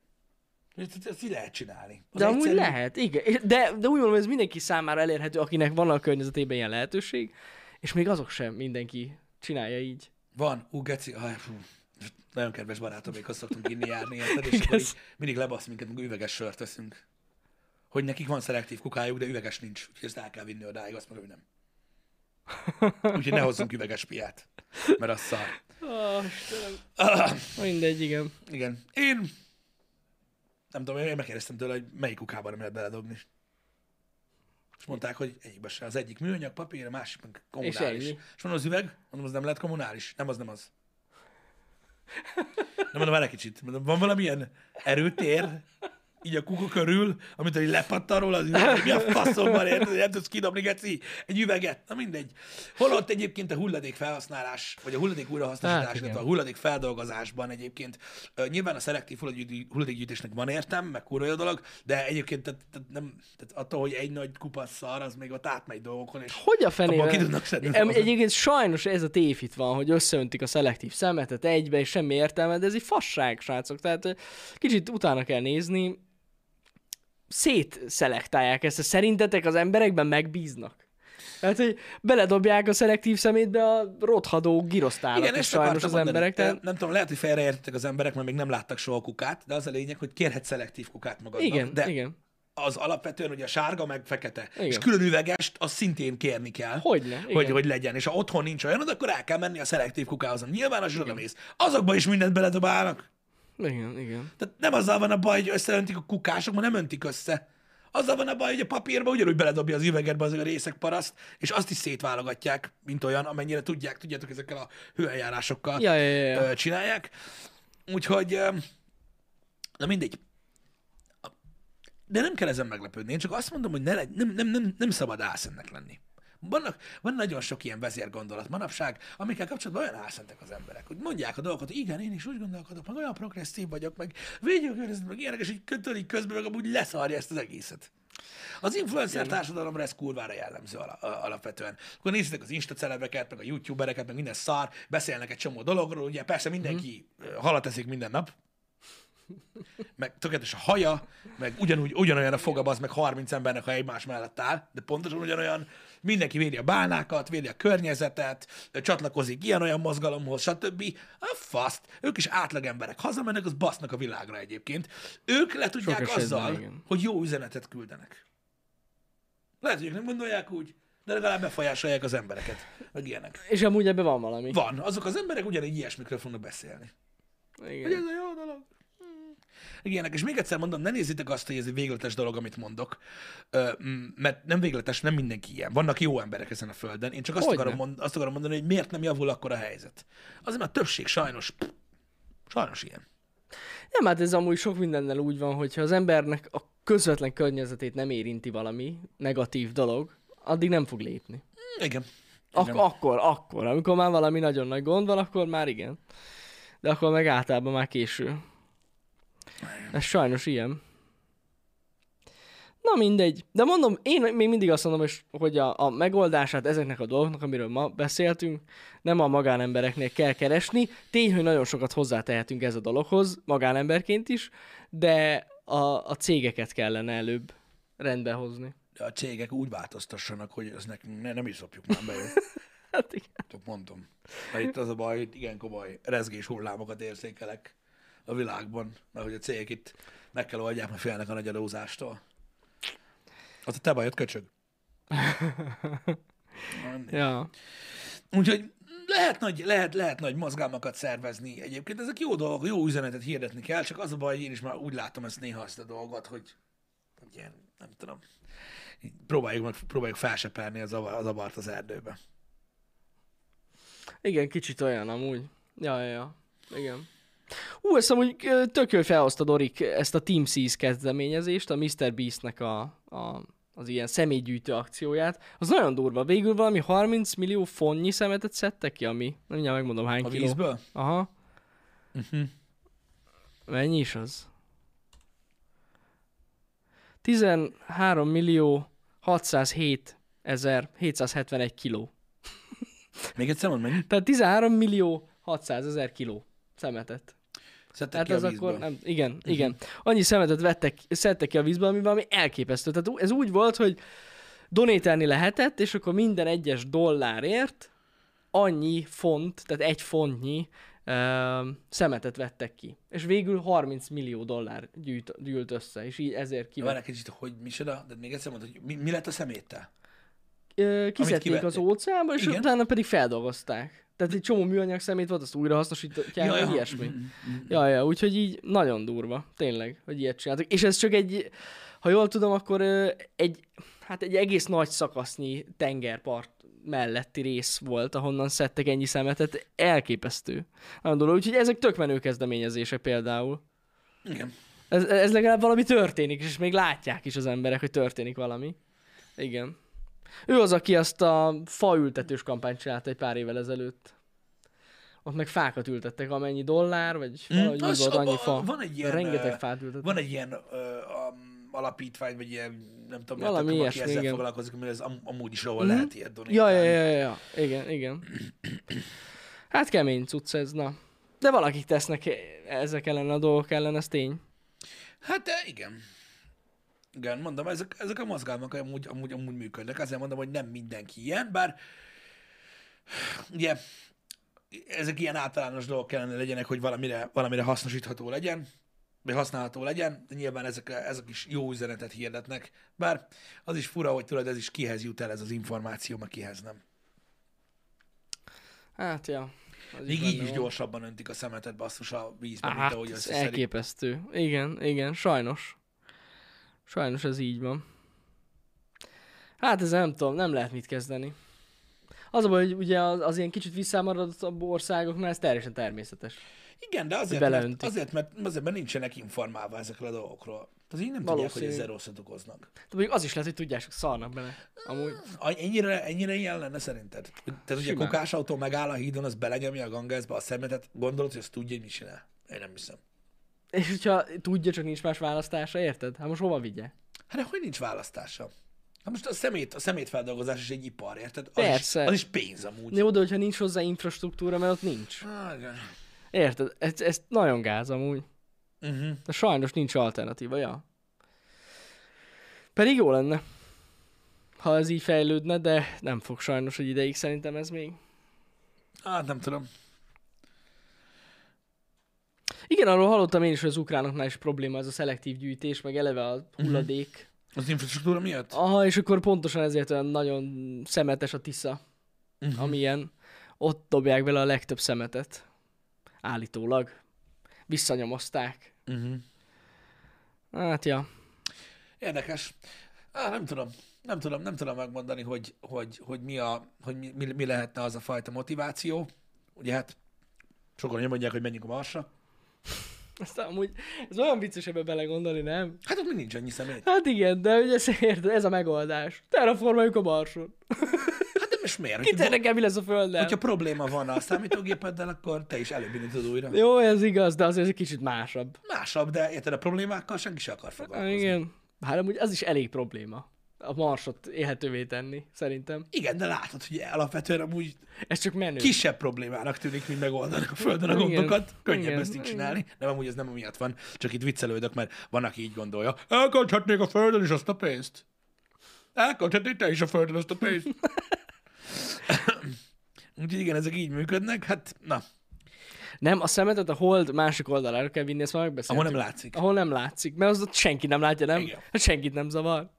Ezt így lehet csinálni. Az de amúgy lehet, igen. De úgy mondom, ez mindenki számára elérhető, akinek van a környezetében ilyen lehetőség, és még azok sem mindenki csinálja így. Van, geci, nagyon kedves barátomékhoz szoktunk inni járni, és akkor így mindig lebasz minket, amikor üveges sört teszünk. Hogy nekik van szelektív kukájuk, de üveges nincs, úgyhogy ezt el kell vinni odáig, azt meg ő nem. Úgyhogy ne hozzunk üveges piát, mert az szar. Mindegy, igen. Igen. Én nem tudom, én megkérdeztem tőle, hogy melyik kukában nem lehet beledobni. És mondták, hogy egyikbe se. Az egyik műanyag, papír, a másik meg kommunális. És mondom, az üveg? Mondom, az nem lehet kommunális. Nem az. Nem mondom, várj egy kicsit. Mondom, van valamilyen erőtér, így a kuka körül, amit így lepattan róla az üveg, mi a faszomban érted, nem tudsz kidobni, geci, egy üveget, na mindegy. Holott egyébként a hulladék felhasználás, vagy a hulladék újrahasznosítás, illetve a hulladék feldolgozásban egyébként nyilván a szelektív hulladékgyűjtésnek van értem, meg kurva jó dolog, de egyébként tehát attól, hogy egy nagy kupac szar, az még ott átmegy dolgokon, és hogy a fenében? ki tudnak szedni. Egyébként sajnos ez a tévhit van, hogy összeöntik a szelektív szemetet egybe, és semmi értelme, de ez egy fasság, srácok. Tehát kicsit utána kell nézni, szétszelektálják ezt. Szerintetek az emberekben megbíznak? Tehát, hogy beledobják a szelektív szemétbe a rothadó girosztálat. Igen, ezt sajnos az emberek. Tehát... Nem tudom, lehet, hogy félreértettek az emberek, mert még nem láttak soha kukát, de az a lényeg, hogy kérhet szelektív kukát magadnak. Igen, de igen. Az alapvetően ugye a sárga meg fekete. Igen. És Igen. külön üvegest, azt szintén kérni kell, Hogyne, igen. hogy legyen. És ha otthon nincs olyan, akkor el kell menni a szelektív kukához. Nyilván az odamész. Azokban is mindent beledobálnak. Igen. Tehát nem azzal van a baj, hogy összeöntik a kukások, mert nem öntik össze. Azzal van a baj, hogy a papírba ugyanúgy beledobja az üvegedbe az a részek paraszt, és azt is szétválogatják, mint olyan, amennyire tudják, tudjátok, ezekkel a hőeljárásokkal csinálják. Úgyhogy, na mindegy. De nem kell ezen meglepődni. Én csak azt mondom, hogy nem szabad álszennek lenni. Van nagyon sok ilyen vezérgondolat manapság, amikkel kapcsolatban olyan álszentek az emberek, hogy mondják a dolgokat, hogy igen, én is úgy gondolkodok, meg olyan progresszív vagyok, meg védjük, meg ilyenek, és így kötődik közben, meg amúgy leszarja ezt az egészet. Az influencer társadalomra ez kurvára jellemző alapvetően. Akkor nézzétek az Insta celebeket, meg a youtubereket, meg minden szar, beszélnek egy csomó dologról, ugye persze mindenki halat eszik minden nap, meg tökéletes a haja, meg ugyanolyan a foga, az meg 30 embernek, ha egymás mellett áll, de pontosan ugyanolyan, mindenki védi a bálnákat, védi a környezetet, csatlakozik ilyen-olyan mozgalomhoz, stb. A faszt, ők is átlagemberek, hazamennek, az basznak a világra egyébként. Ők le tudják azzal, hogy jó üzenetet küldenek. Lehet, hogy ők nem gondolják úgy, de legalább befolyásolják az embereket, meg ilyenek. És amúgy ebben van valami. Van, azok az emberek ugyanígy ilyesmikről fognak beszélni. Igen. Hogy ez a jó dolog. Ilyenek. És még egyszer mondom, ne nézzétek azt, hogy ez egy végletes dolog, amit mondok, mert nem végletes, nem mindenki ilyen. Vannak jó emberek ezen a földön. Én csak azt akarom mondani, hogy miért nem javul akkor a helyzet. Azért, mert a többség sajnos ilyen. Nem, hát ez amúgy sok mindennel úgy van, hogyha az embernek a közvetlen környezetét nem érinti valami negatív dolog, addig nem fog lépni. Igen. Akkor. Amikor már valami nagyon nagy gond van, akkor már igen. De akkor meg általában már késő. Ez sajnos ilyen. Na mindegy. De mondom, én még mindig azt mondom, hogy a megoldását ezeknek a dolgoknak, amiről ma beszéltünk, nem a magánembereknél kell keresni. Tény, hogy nagyon sokat hozzátehetünk ez a dologhoz, magánemberként is, de a cégeket kellene előbb rendbe hozni. De a cégek úgy változtassanak, hogy ez nekünk nem is szopjuk már be. Hát igen. Mondom. Mert itt az a baj, hogy igen komoly rezgés hullámokat érzékelek a világban, mert hogy a cégek itt meg kell oldják, mert félnek a nagy adózástól. Az a te bajod, köcsög. Ja. Úgyhogy lehet nagy mozgalmakat szervezni. Egyébként ezek jó dolgok, jó üzenetet hirdetni kell, csak az a baj, hogy én is már úgy látom ezt néha ezt a dolgot, hogy ilyen, nem tudom, próbáljuk felsepelni az abart az erdőbe. Igen, kicsit olyan amúgy. Ja. Igen. Ezt amúgy tök jól felhozta Dorik ezt a Team Seas kezdeményezést, a Mr. Beastnek az ilyen személygyűjtő akcióját. Az nagyon durva. Végül valami 30 millió fontnyi szemetet szedtek ki, ami, mindjárt megmondom hány kiló. A vízből? Aha. Mennyi is az? 13 millió 607 771 kiló. Még egyszer mondd, mennyi? Tehát 13 millió 600 000 kiló szemetet. Szedtek ki a vízből. Akkor nem, igen. Annyi szemetet szedtek ki a vízből, ami valami elképesztő. Tehát ez úgy volt, hogy donételni lehetett, és akkor minden egyes dollárért annyi font, tehát egy fontnyi szemetet vettek ki. És végül 30 millió dollár gyűlt össze, és így ezért kivett. Várj egy kicsit, hogy micsoda? De még egyszer mondod, hogy mi lett a szeméttel? Kiszedték az óceánba, és utána pedig feldolgozták. Tehát egy csomó műanyag szemét volt, azt újra hasznosítják, vagy ilyesmi. Ja, úgyhogy így nagyon durva, tényleg, hogy ilyet csináltak. És ez csak egy, ha jól tudom, akkor egy egész nagy szakasznyi tengerpart melletti rész volt, ahonnan szedtek ennyi szemetet. Elképesztő. Nagyon durva, úgyhogy ezek tök menő kezdeményezések például. Igen. Ez legalább valami történik, és még látják is az emberek, hogy történik valami. Igen. Ő az, aki azt a faültetős kampányt csinálta egy pár évvel ezelőtt. Ott meg fákat ültettek, amennyi dollár, vagy valahogy úgy volt annyi fa. Van egy ilyen, rengeteg fát ültettek. Van egy ilyen alapítvány, vagy ilyen, nem tudom, valami ilyesmi, aki ezzel igen. foglalkozik, mert ez amúgy is ahol lehet ilyet donálni. Ja. Igen. Hát kemény cucc ez, na. De valakik tesznek ezek ellen a dolgok ellen, ez tény. Hát igen. Igen, mondom, ezek a mozgalmak amúgy működnek. Azért mondom, hogy nem mindenki ilyen, bár ugye ezek ilyen általános dolgok kellene legyenek, hogy valamire hasznosítható legyen, vagy használható legyen, de nyilván ezek is jó üzenetet hirdetnek, bár az is fura, hogy tudod, ez is kihez jut el ez az információ, meg kihez nem. Hát, ja. Még így is gyorsabban öntik a szemetet basszus a vízbe, mint ahogy összeszedik. Elképesztő. Igen, sajnos. Sajnos ez így van. Hát ez nem tudom, nem lehet mit kezdeni. Az a baj, hogy ugye az ilyen kicsit visszamaradott országoknál ez teljesen természetes. Igen, de azért, mert nincsenek informálva ezekről a dolgokról. Az így nem tudják, hogy Valószínű. ezzel rosszat okoznak. De mondjuk az is lehet, hogy tudják, hogy szarnak bele. Amúgy. Ennyire ilyen lenne szerinted? Tehát ugye a Simán. kokásautó megáll a hídon, az belenyomja a gangázba a szemetet, gondolod, hogy azt tudja, hogy mit csinál? Én nem hiszem. És hogyha tudja, csak nincs más választása, érted? Hát most hova vigye? Hát de hogy nincs választása? Hát most a szemétfeldolgozás is egy ipar, érted? Az Persze. az is pénz amúgy. Jó, de hogyha nincs hozzá infrastruktúra, mert ott nincs. Igen. Érted? Ez nagyon gáz amúgy. Uh-huh. De sajnos nincs alternatíva, ja. Pedig jó lenne, ha ez így fejlődne, de nem fog sajnos egy ideig szerintem ez még. Hát nem tudom. Igen, arról hallottam én is, hogy az ukránoknál is probléma ez a szelektív gyűjtés, meg eleve a hulladék. Az infrastruktúra miatt? Aha, és akkor pontosan ezért olyan nagyon szemetes a Tisza, amilyen. Ott dobják bele a legtöbb szemetet. Állítólag. Visszanyomozták. Uh-huh. Hát ja. Érdekes. Nem tudom. Nem tudom megmondani, hogy mi lehetne az a fajta motiváció. Ugye hát sokan mondják, hogy menjünk a Marsra. Aztán amúgy ez olyan vicces ebbe belegondolni, nem? Hát ott még nincs annyi személy. Hát igen, de ugye érted, ez a megoldás. Terraformáljuk a Marson. Hát de most miért? Kit érdekel, mi lesz a Földdel? Hogyha probléma van a számítógépeddel, akkor te is előbb újra. Jó, ez igaz, de azért ez egy kicsit másabb. Másabb, de érted, a problémákkal senki sem akar foglalkozni. Igen. Hát amúgy az is elég probléma. A Marsot élhetővé tenni, szerintem. Igen, de látod, hogy alapvetően amúgy Ez csak menő. kisebb problémának tűnik, mint megoldani a Földön a Igen, gondokat. Könnyebb igen, ezt így igen. csinálni. Nem, amúgy ez nem amiatt van, csak itt viccelődök, mert van, aki így gondolja. Elkölthetnék a Földön is azt a pénzt. Elkölthetnék te is a Földön azt a pénzt. Úgyhogy igen, ezek így működnek. Hát, na, Nem, a szemetet a hold másik oldalára kell vinni, ezt már megbeszéltük. ahol nem látszik. Ahol nem látszik, mert az ott senki nem látja, nem? Igen. Hát senkit nem zavar.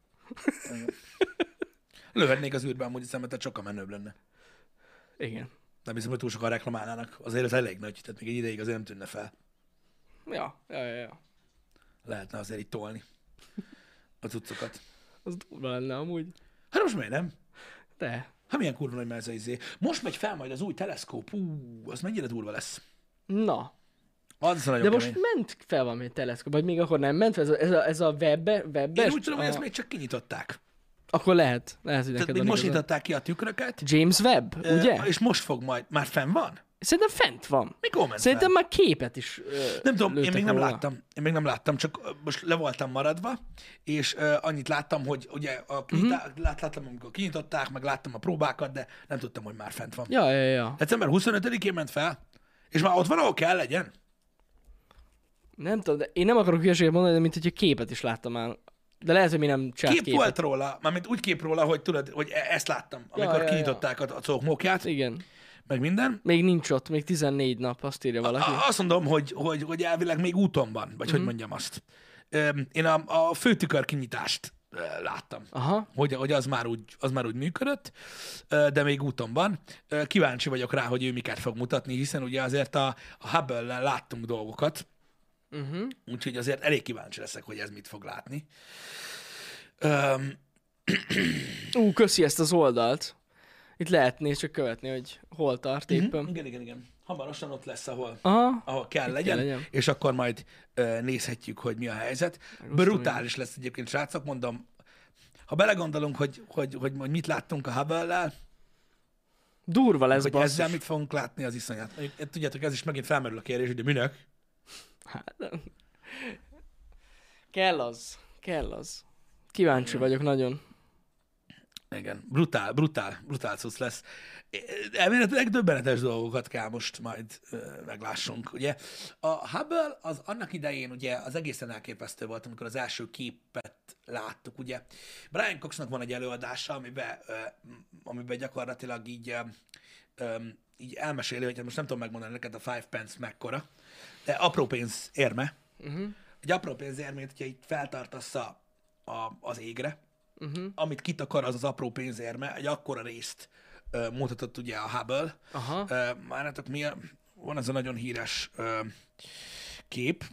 Lőhetnék az űrbe, amúgy a szemetet sokkal menőbb lenne. Igen. Nem hiszem, hogy túl sokan reklamálnának. Azért ez elég nagy, tehát még egy ideig azért nem tűnne fel. Ja. Lehetne azért itt tolni a cuccokat. Az durva lenne amúgy. Hát most miért nem? De. Hát milyen kurva nagy ez a izé. Most megy fel majd az új teleszkóp. Az mennyire durva lesz. Na. Az nagyon De most kemény. ment fel valami teleszkóp, vagy még akkor nem ment fel? Ez a webbes? Én úgy tudom, hogy ezt még csak kinyitották. Akkor lehet hogy Tehát neked még van most igazad. nyitották ki a tükröket, James Webb, ugye? és most fog majd. Már fenn van? Szerintem fent van. Mikor ment Szerintem fel? már képet is Nem tudom, én lőttek még nem róla. láttam. Én még nem láttam, csak most le voltam maradva, és annyit láttam, hogy ugye láttam, amikor kinyitották, meg láttam a próbákat, de nem tudtam, hogy már fent van. Ja. December 25-én ment fel, és már ott valahol kell legyen. Nem tudom, de én nem akarok hülyeséget mondani, de mint hogyha képet is láttam már. De lehet, hogy mi nem csinált Kép képet. volt róla, mármint úgy kép róla, hogy tudod, hogy ezt láttam, amikor Ja. kinyitották a cókmókját, Igen. meg minden. Még nincs ott, még 14 nap, azt írja valaki. Azt mondom, hogy elvileg még úton van, vagy hogy mondjam azt. Én a főtükör kinyitást láttam, Aha. hogy az már úgy működött, de még úton van. Kíváncsi vagyok rá, hogy ő miket fog mutatni, hiszen ugye azért a Hubble-lel láttunk dolgokat, úgyhogy azért elég kíváncsi leszek, hogy ez mit fog látni. Köszi ezt az oldalt. Itt lehetné csak követni, hogy hol tart éppen. Igen. Hamarosan ott lesz, ahol Aha. kell legyen, legyen. és akkor majd nézhetjük, hogy mi a helyzet. Brutális lesz egyébként, srácok, mondom, ha belegondolunk, hogy mit láttunk a Hubble-lel, Durva lesz, hogy basszus. ezzel mit fogunk látni, az iszonyat. Mondjuk, tudjátok, ez is megint felmerül a kérdés, hogy de minek? Hát, kell az. Kíváncsi vagyok nagyon. Igen, brutál cucc lesz. Elméletileg döbbenetes dolgokat kell most majd meglássunk, ugye. A Hubble az annak idején ugye az egészen elképesztő volt, amikor az első képet láttuk, ugye. Brian Coxnak van egy előadása, amiben gyakorlatilag így elmeséli, hogy most nem tudom megmondani neked a 5 pence mekkora, de apró pénz érme. Egy apró pénz érmét, hogyha itt feltartasz az égre, amit kitakar, az apró pénzérme, egy akkora részt mutatott ugye a Hubble. Aha. Várjátok, van ez a nagyon híres kép,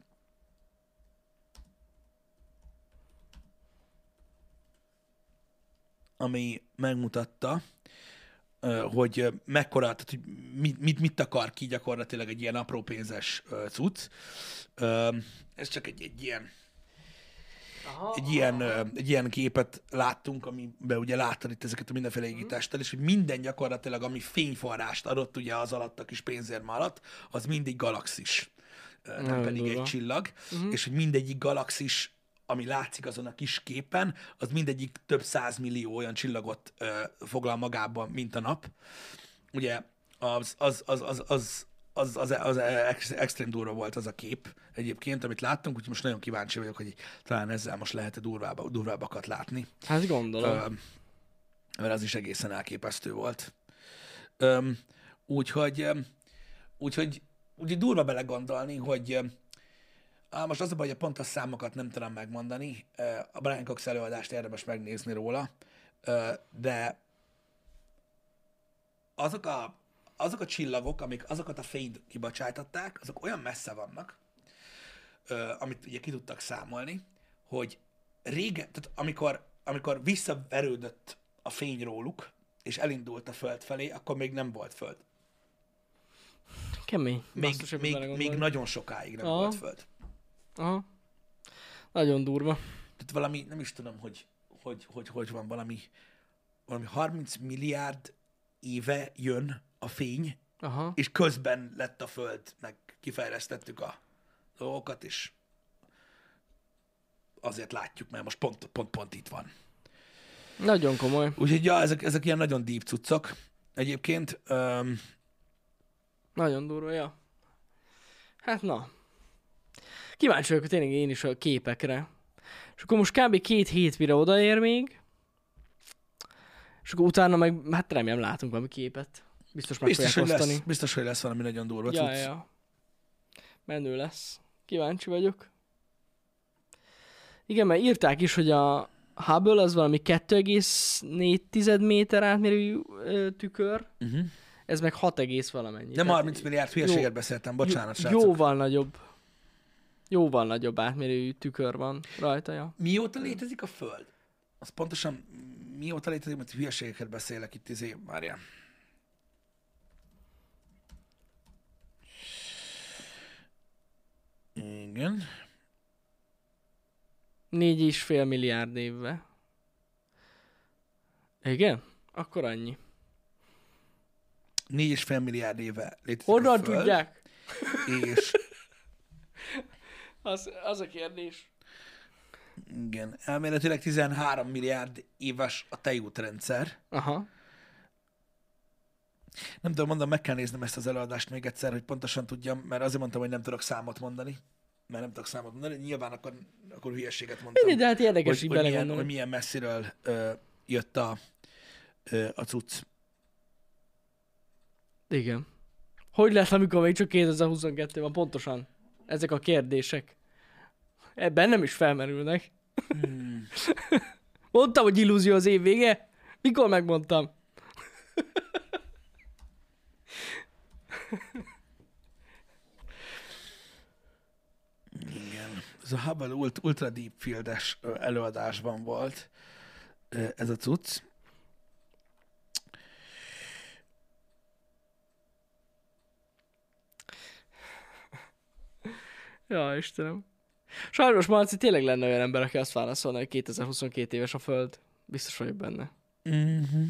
ami megmutatta, hogy mekkora, tehát hogy mit takar ki gyakorlatilag egy ilyen apró pénzes cucc. Ez csak egy ilyen egy ilyen képet láttunk, amiben ugye láttad itt ezeket a mindenféle égitesttel, és hogy minden gyakorlatilag, ami fényforrást adott ugye az alatt a kis pénzérme alatt, az mindig galaxis, nem Nagyon pedig durva. egy csillag, és hogy mindegyik galaxis, ami látszik azon a kis képen, az mindegyik több 100 millió olyan csillagot foglal magában, mint a nap. Ugye az extrém durva volt az a kép egyébként, amit láttunk, úgyhogy most nagyon kíváncsi vagyok, hogy talán ezzel most lehet-e durvábbakat látni. Hát gondolom. Mert az is egészen elképesztő volt. Úgyhogy durva belegondolni, hogy most az a baj, hogy a pontos számokat nem tudom megmondani, a Brian Cox előadást érdemes megnézni róla, de azok a csillagok, amik azokat a fényt kibocsátották, azok olyan messze vannak, amit ugye ki tudtak számolni, hogy régen, tehát amikor visszaverődött a fény róluk, és elindult a Föld felé, akkor még nem volt Föld. Kemény. Még nagyon sokáig nem volt Föld. Aha. Nagyon durva. Tehát valami, nem is tudom, hogy van valami 30 milliárd éve jön a fény, Aha. és közben lett a Föld, meg kifejlesztettük a dolgokat, és azért látjuk, mert most pont itt van. Nagyon komoly. Úgyhogy ja, ezek ilyen nagyon deep cuccok egyébként. Nagyon durva, ja. Hát na. Kíváncsi vagyok tényleg én is a képekre. És akkor most kb. 2 hét mire odaér még. És akkor utána meg, hát remélem látunk valami képet. Biztos meg fogják osztani. Biztos, hogy lesz valami nagyon durva Ja, cucc. ja. Menő lesz. Kíváncsi vagyok. Igen, mert írták is, hogy a Hubble az valami 2,4 méter átmérőjű tükör. Ez meg 6, valamennyi. Nem 30 milliárd hülyeséget beszéltem, bocsánat, srácok. Jóval nagyobb átmérőjű tükör van rajta, ja. Mióta létezik a Föld? Az pontosan mióta létezik, mert hülyeségeket beszélek itt, várjál. Igen. 4,5 milliárd évve. Igen? Akkor annyi. 4,5 milliárd éve létezik Honnan a Föld. tudják? És Az a kérdés. igen, elméletileg 13 milliárd éves a tejútrendszer. Aha. Nem tudom, mondom, meg kell néznem ezt az előadást még egyszer, hogy pontosan tudjam, mert azért mondtam, hogy nem tudok számot mondani. Mert nem tudok számot mondani. Nyilván akkor hülyeséget mondtam. Mindegy, de hát érdekes így belegondolni. Hogy milyen messziről jött a cucc. Igen. Hogy lesz, amikor még csak 2022 van pontosan? Ezek a kérdések. Ebben nem is felmerülnek. Mondtam, hogy illúzió az év vége? Mikor megmondtam? Igen. Ez a Hubble Ultra Deep Field-es előadásban volt ez a cucc. Ja, Istenem. Sajnos, Marci, tényleg lenne olyan ember, aki azt válaszolna, hogy 2022 éves a Föld. Biztos vagyok benne. Mm-hmm.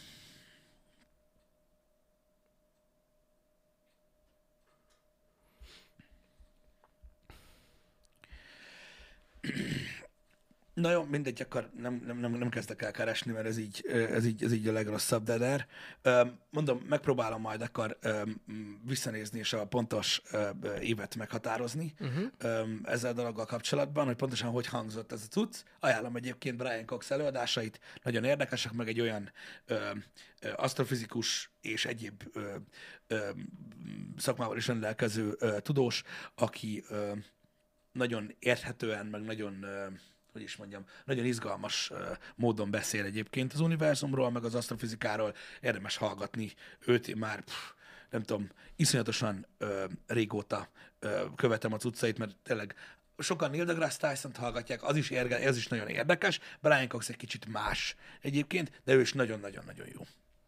Na jó, mindegy, akkor nem kezdek el keresni, mert ez így a legrosszabb deder. Mondom, megpróbálom majd akkor visszanézni és a pontos évet meghatározni ezzel a dologgal kapcsolatban, hogy pontosan hogy hangzott ez a cucc. Ajánlom egyébként Brian Cox előadásait, nagyon érdekesek, meg egy olyan asztrofizikus és egyéb szakmával is rendelkező tudós, aki nagyon érthetően, meg nagyon hogy is mondjam, nagyon izgalmas módon beszél egyébként az univerzumról, meg az asztrofizikáról. Érdemes hallgatni őt, már nem tudom, iszonyatosan régóta követem a cuccait, mert tényleg sokan Neil deGrasse Tyson-t hallgatják, ez is nagyon érdekes. Brian Cox egy kicsit más egyébként, de ő is nagyon-nagyon-nagyon jó.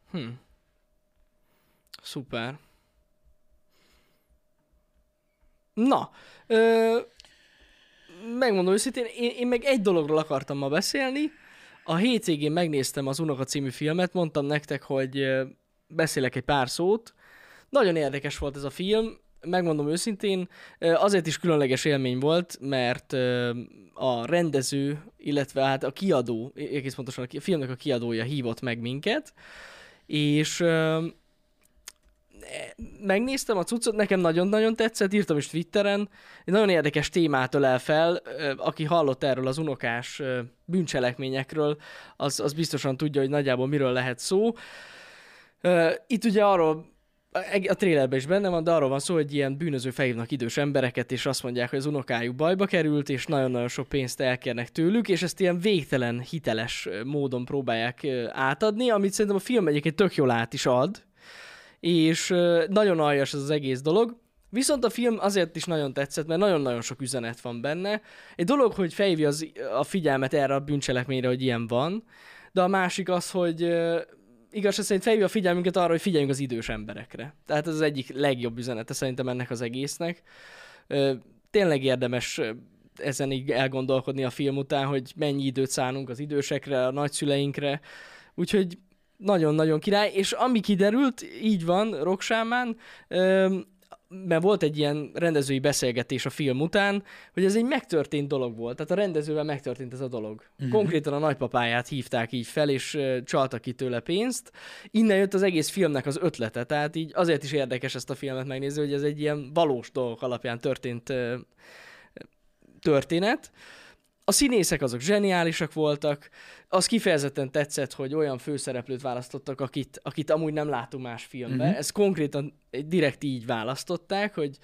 Szuper. Na, megmondom őszintén, én meg egy dologról akartam ma beszélni. A hétvégén megnéztem az Unoka című filmet, mondtam nektek, hogy beszélek egy pár szót. Nagyon érdekes volt ez a film, megmondom őszintén, azért is különleges élmény volt, mert a rendező, illetve hát a kiadó, egész pontosan a filmnek a kiadója hívott meg minket, és megnéztem a cuccot, nekem nagyon-nagyon tetszett, írtam is Twitteren, egy nagyon érdekes témát ölel fel, aki hallott erről az unokás bűncselekményekről, az biztosan tudja, hogy nagyjából miről lehet szó. Itt ugye arról, a trailerben is benne van, de arról van szó, hogy ilyen bűnöző felhívnak idős embereket, és azt mondják, hogy az unokájuk bajba került, és nagyon-nagyon sok pénzt elkérnek tőlük, és ezt ilyen végtelen hiteles módon próbálják átadni, amit szerintem a film egyébként tök jól át is ad, és nagyon aljas ez az egész dolog. Viszont a film azért is nagyon tetszett, mert nagyon-nagyon sok üzenet van benne. Egy dolog, hogy felhívja a figyelmet erre a bűncselekményre, hogy ilyen van, de a másik az, hogy igazság szerint felhívja a figyelmünket arra, hogy figyeljünk az idős emberekre. Tehát ez az egyik legjobb üzenete szerintem ennek az egésznek. Tényleg érdemes ezen így elgondolkodni a film után, hogy mennyi időt szánunk az idősekre, a nagyszüleinkre. Úgyhogy nagyon-nagyon király, és ami kiderült, így van, Rocksámán, mert volt egy ilyen rendezői beszélgetés a film után, hogy ez egy megtörtént dolog volt. Tehát a rendezővel megtörtént ez a dolog. Konkrétan a nagypapáját hívták így fel, és csaltak ki tőle pénzt. Innen jött az egész filmnek az ötlete, tehát így azért is érdekes ezt a filmet megnézni, hogy ez egy ilyen valós dolgok alapján történt történet. A színészek azok zseniálisak voltak, az kifejezetten tetszett, hogy olyan főszereplőt választottak, akit amúgy nem látunk más filmben. Ez konkrétan direkt így választották, hogy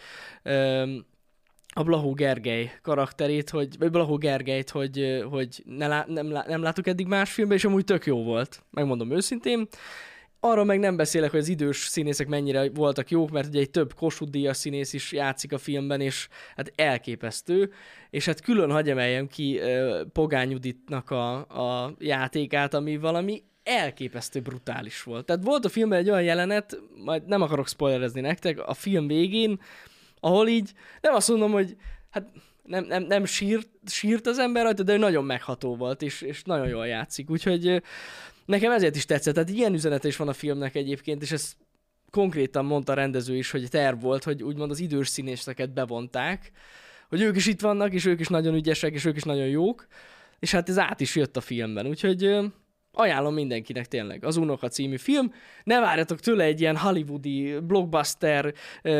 a Blahó Gergely karakterét, vagy Blahó Gergelyt, hogy nem láttuk eddig más filmben, és amúgy tök jó volt, megmondom őszintén. Arról meg nem beszélek, hogy az idős színészek mennyire voltak jók, mert ugye egy több Kossuth-díjas színész is játszik a filmben, és hát elképesztő. És hát külön hadd emeljem ki Pogány Juditnak a játékát, ami valami elképesztő brutális volt. Tehát volt a filmben egy olyan jelenet, majd nem akarok spoilerezni nektek, a film végén, ahol így nem azt mondom, hogy hát nem sírt az ember rajta, de nagyon megható volt, és nagyon jól játszik. Úgyhogy nekem ezért is tetszett. Tehát ilyen üzenete is van a filmnek egyébként, és ezt konkrétan mondta a rendező is, hogy terv volt, hogy úgymond az idős színészeket bevonták, hogy ők is itt vannak, és ők is nagyon ügyesek, és ők is nagyon jók, és hát ez át is jött a filmben. Úgyhogy ajánlom mindenkinek tényleg. Az Unoka című film. Ne várjatok tőle egy ilyen hollywoodi blockbuster,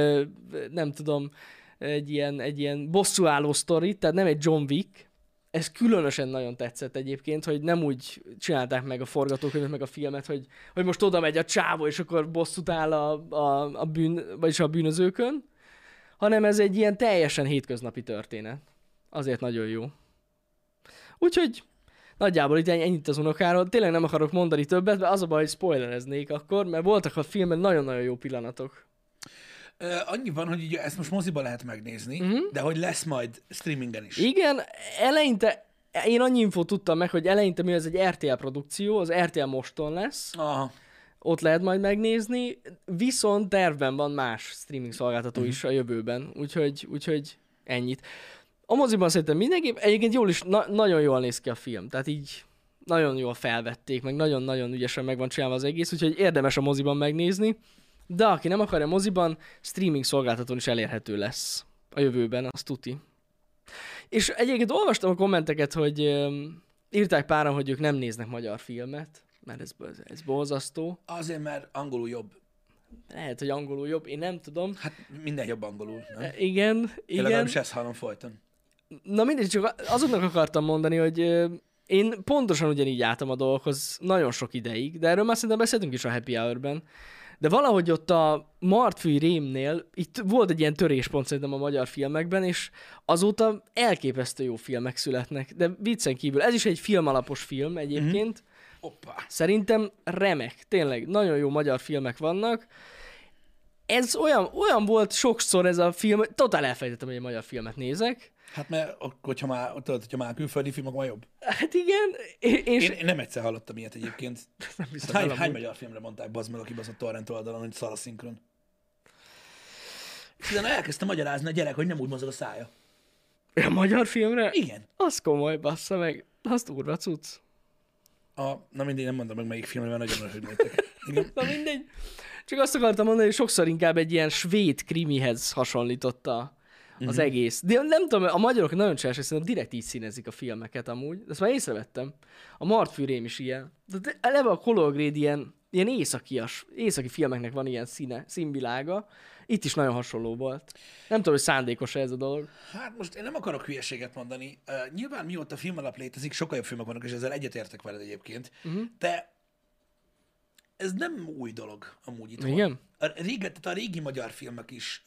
nem tudom, egy ilyen bosszúálló sztorit, tehát nem egy John Wick. Ez különösen nagyon tetszett egyébként, hogy nem úgy csinálták meg a forgatókönyvet, meg a filmet, hogy most oda megy a csávó, és akkor bosszút áll vagyis a bűnözőkön, hanem ez egy ilyen teljesen hétköznapi történet. Azért nagyon jó. Úgyhogy nagyjából itt ennyit az Unokáról. Tényleg nem akarok mondani többet, mert az a baj, hogy spoilereznék akkor, mert voltak a filmben nagyon-nagyon jó pillanatok. Annyi van, hogy ugye ezt most moziba lehet megnézni, de hogy lesz majd streamingen is. Igen, eleinte, én annyi infót tudtam meg, hogy eleinte mi ez egy RTL produkció, az RTL Moston lesz. Aha. Ott lehet majd megnézni, viszont tervben van más streaming szolgáltató is a jövőben, úgyhogy ennyit. A moziban szerintem mindenképp, egyébként jól is, nagyon jól néz ki a film, tehát így nagyon jól felvették, meg nagyon-nagyon ügyesen meg van csinálva az egész, úgyhogy érdemes a moziban megnézni, de aki nem akarja moziban, streaming szolgáltatón is elérhető lesz a jövőben, az tuti. És egyébként olvastam a kommenteket, hogy írták páran, hogy ők nem néznek magyar filmet, mert ez borzasztó. Azért, mert angolul jobb. Lehet, hogy angolul jobb, én nem tudom. Hát minden jobb angolul, nem? Igen. Legalábbis ezt hallom folyton. Na mindegy, csak azoknak akartam mondani, hogy én pontosan ugyanígy álltam a dolgokhoz nagyon sok ideig, de erről már szerintem beszéltünk is a Happy Hour-ben. De valahogy ott a Martfői Rémnél itt volt egy ilyen töréspont szerintem a magyar filmekben, és azóta elképesztő jó filmek születnek. De viccen kívül, ez is egy filmalapos film egyébként. Hoppá. Szerintem remek, tényleg, nagyon jó magyar filmek vannak. Ez olyan volt sokszor ez a film, totál elfelejtettem, hogy egy magyar filmet nézek. Hát mert hogyha már külföldi film, akkor jobb. Hát igen. És... Én nem egyszer hallottam ilyet egyébként. Hány magyar filmre mondták, bazd meg a kibaszott torrent oldalon, hogy szar a szinkron. És utána elkezdte magyarázni a gyerek, hogy nem úgy mozog a szája. A magyar filmre? Igen. Az komoly, bassza meg. Az durva cucc. Na mindegy, nem mondom meg melyik filmre, mert nagyon örülnétek. Igen. Na mindegy. Csak azt akartam mondani, hogy sokszor inkább egy ilyen svéd krimihez hasonlította az egész. De nem tudom, a magyarok nagyon csalások, szerintem direkt így színezik a filmeket amúgy. Ezt már észrevettem. A Martfűrém is ilyen. De eleve a Color Grade ilyen északi filmeknek van ilyen színvilága. Itt is nagyon hasonló volt. Nem tudom, hogy szándékos-e ez a dolog. Hát most én nem akarok hülyeséget mondani. Nyilván mióta film alap létezik, sokkal jobb filmek vannak, és ezzel egyetértek veled egyébként. De ez nem új dolog amúgy itt. Igen? Tehát a régi magyar filmek is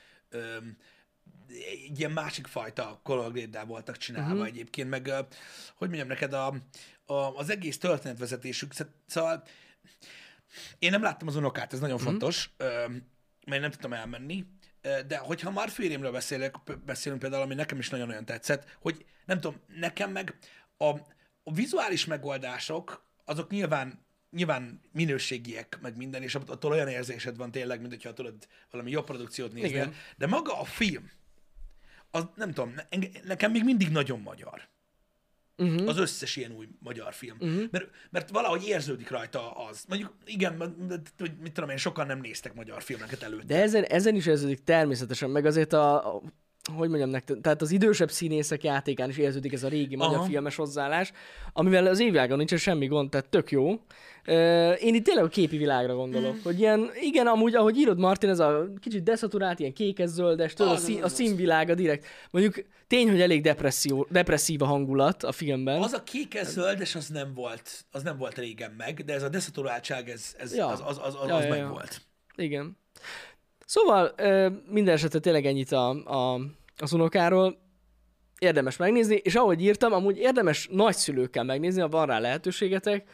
egy ilyen másik fajta color grade-del voltak csinálva egyébként, meg hogy mondjam neked, az egész történetvezetésük, szóval én nem láttam az unokát, ez nagyon fontos, mert nem tudtam elmenni, de hogyha már férjémről beszélünk például, ami nekem is nagyon-nagyon tetszett, hogy nem tudom, nekem meg a vizuális megoldások, azok nyilván minőségiek, meg minden, és attól olyan érzésed van tényleg, mint hogyha tudod valami jobb produkciót nézni. Igen. De maga a film, az nem tudom, nekem még mindig nagyon magyar. Az összes ilyen új magyar film. Mert valahogy érződik rajta az. Mondjuk igen, hogy mit tudom én, sokan nem néztek magyar filmeket előtte. De ezen is érződik természetesen, meg azért hogy mondjam nektek, tehát az idősebb színészek játékán is érződik ez a régi magyar filmes hozzáállás, amivel az évvilágon nincsen semmi gond, tehát tök jó. Én itt tényleg a képi világra gondolok, hogy ilyen, igen, amúgy, ahogy írod Martin, ez a kicsit deszaturált, ilyen kékes-zöldes, a színvilága direkt. Mondjuk tény, hogy elég depresszív a hangulat a filmben. Az a kékes-zöldes, az nem volt régen meg, de ez a deszaturáltság, az meg volt. Igen. Szóval minden esetre tényleg ennyit az unokáról. Érdemes megnézni, és ahogy írtam, amúgy érdemes nagyszülőkkel megnézni, ha van rá lehetőségetek,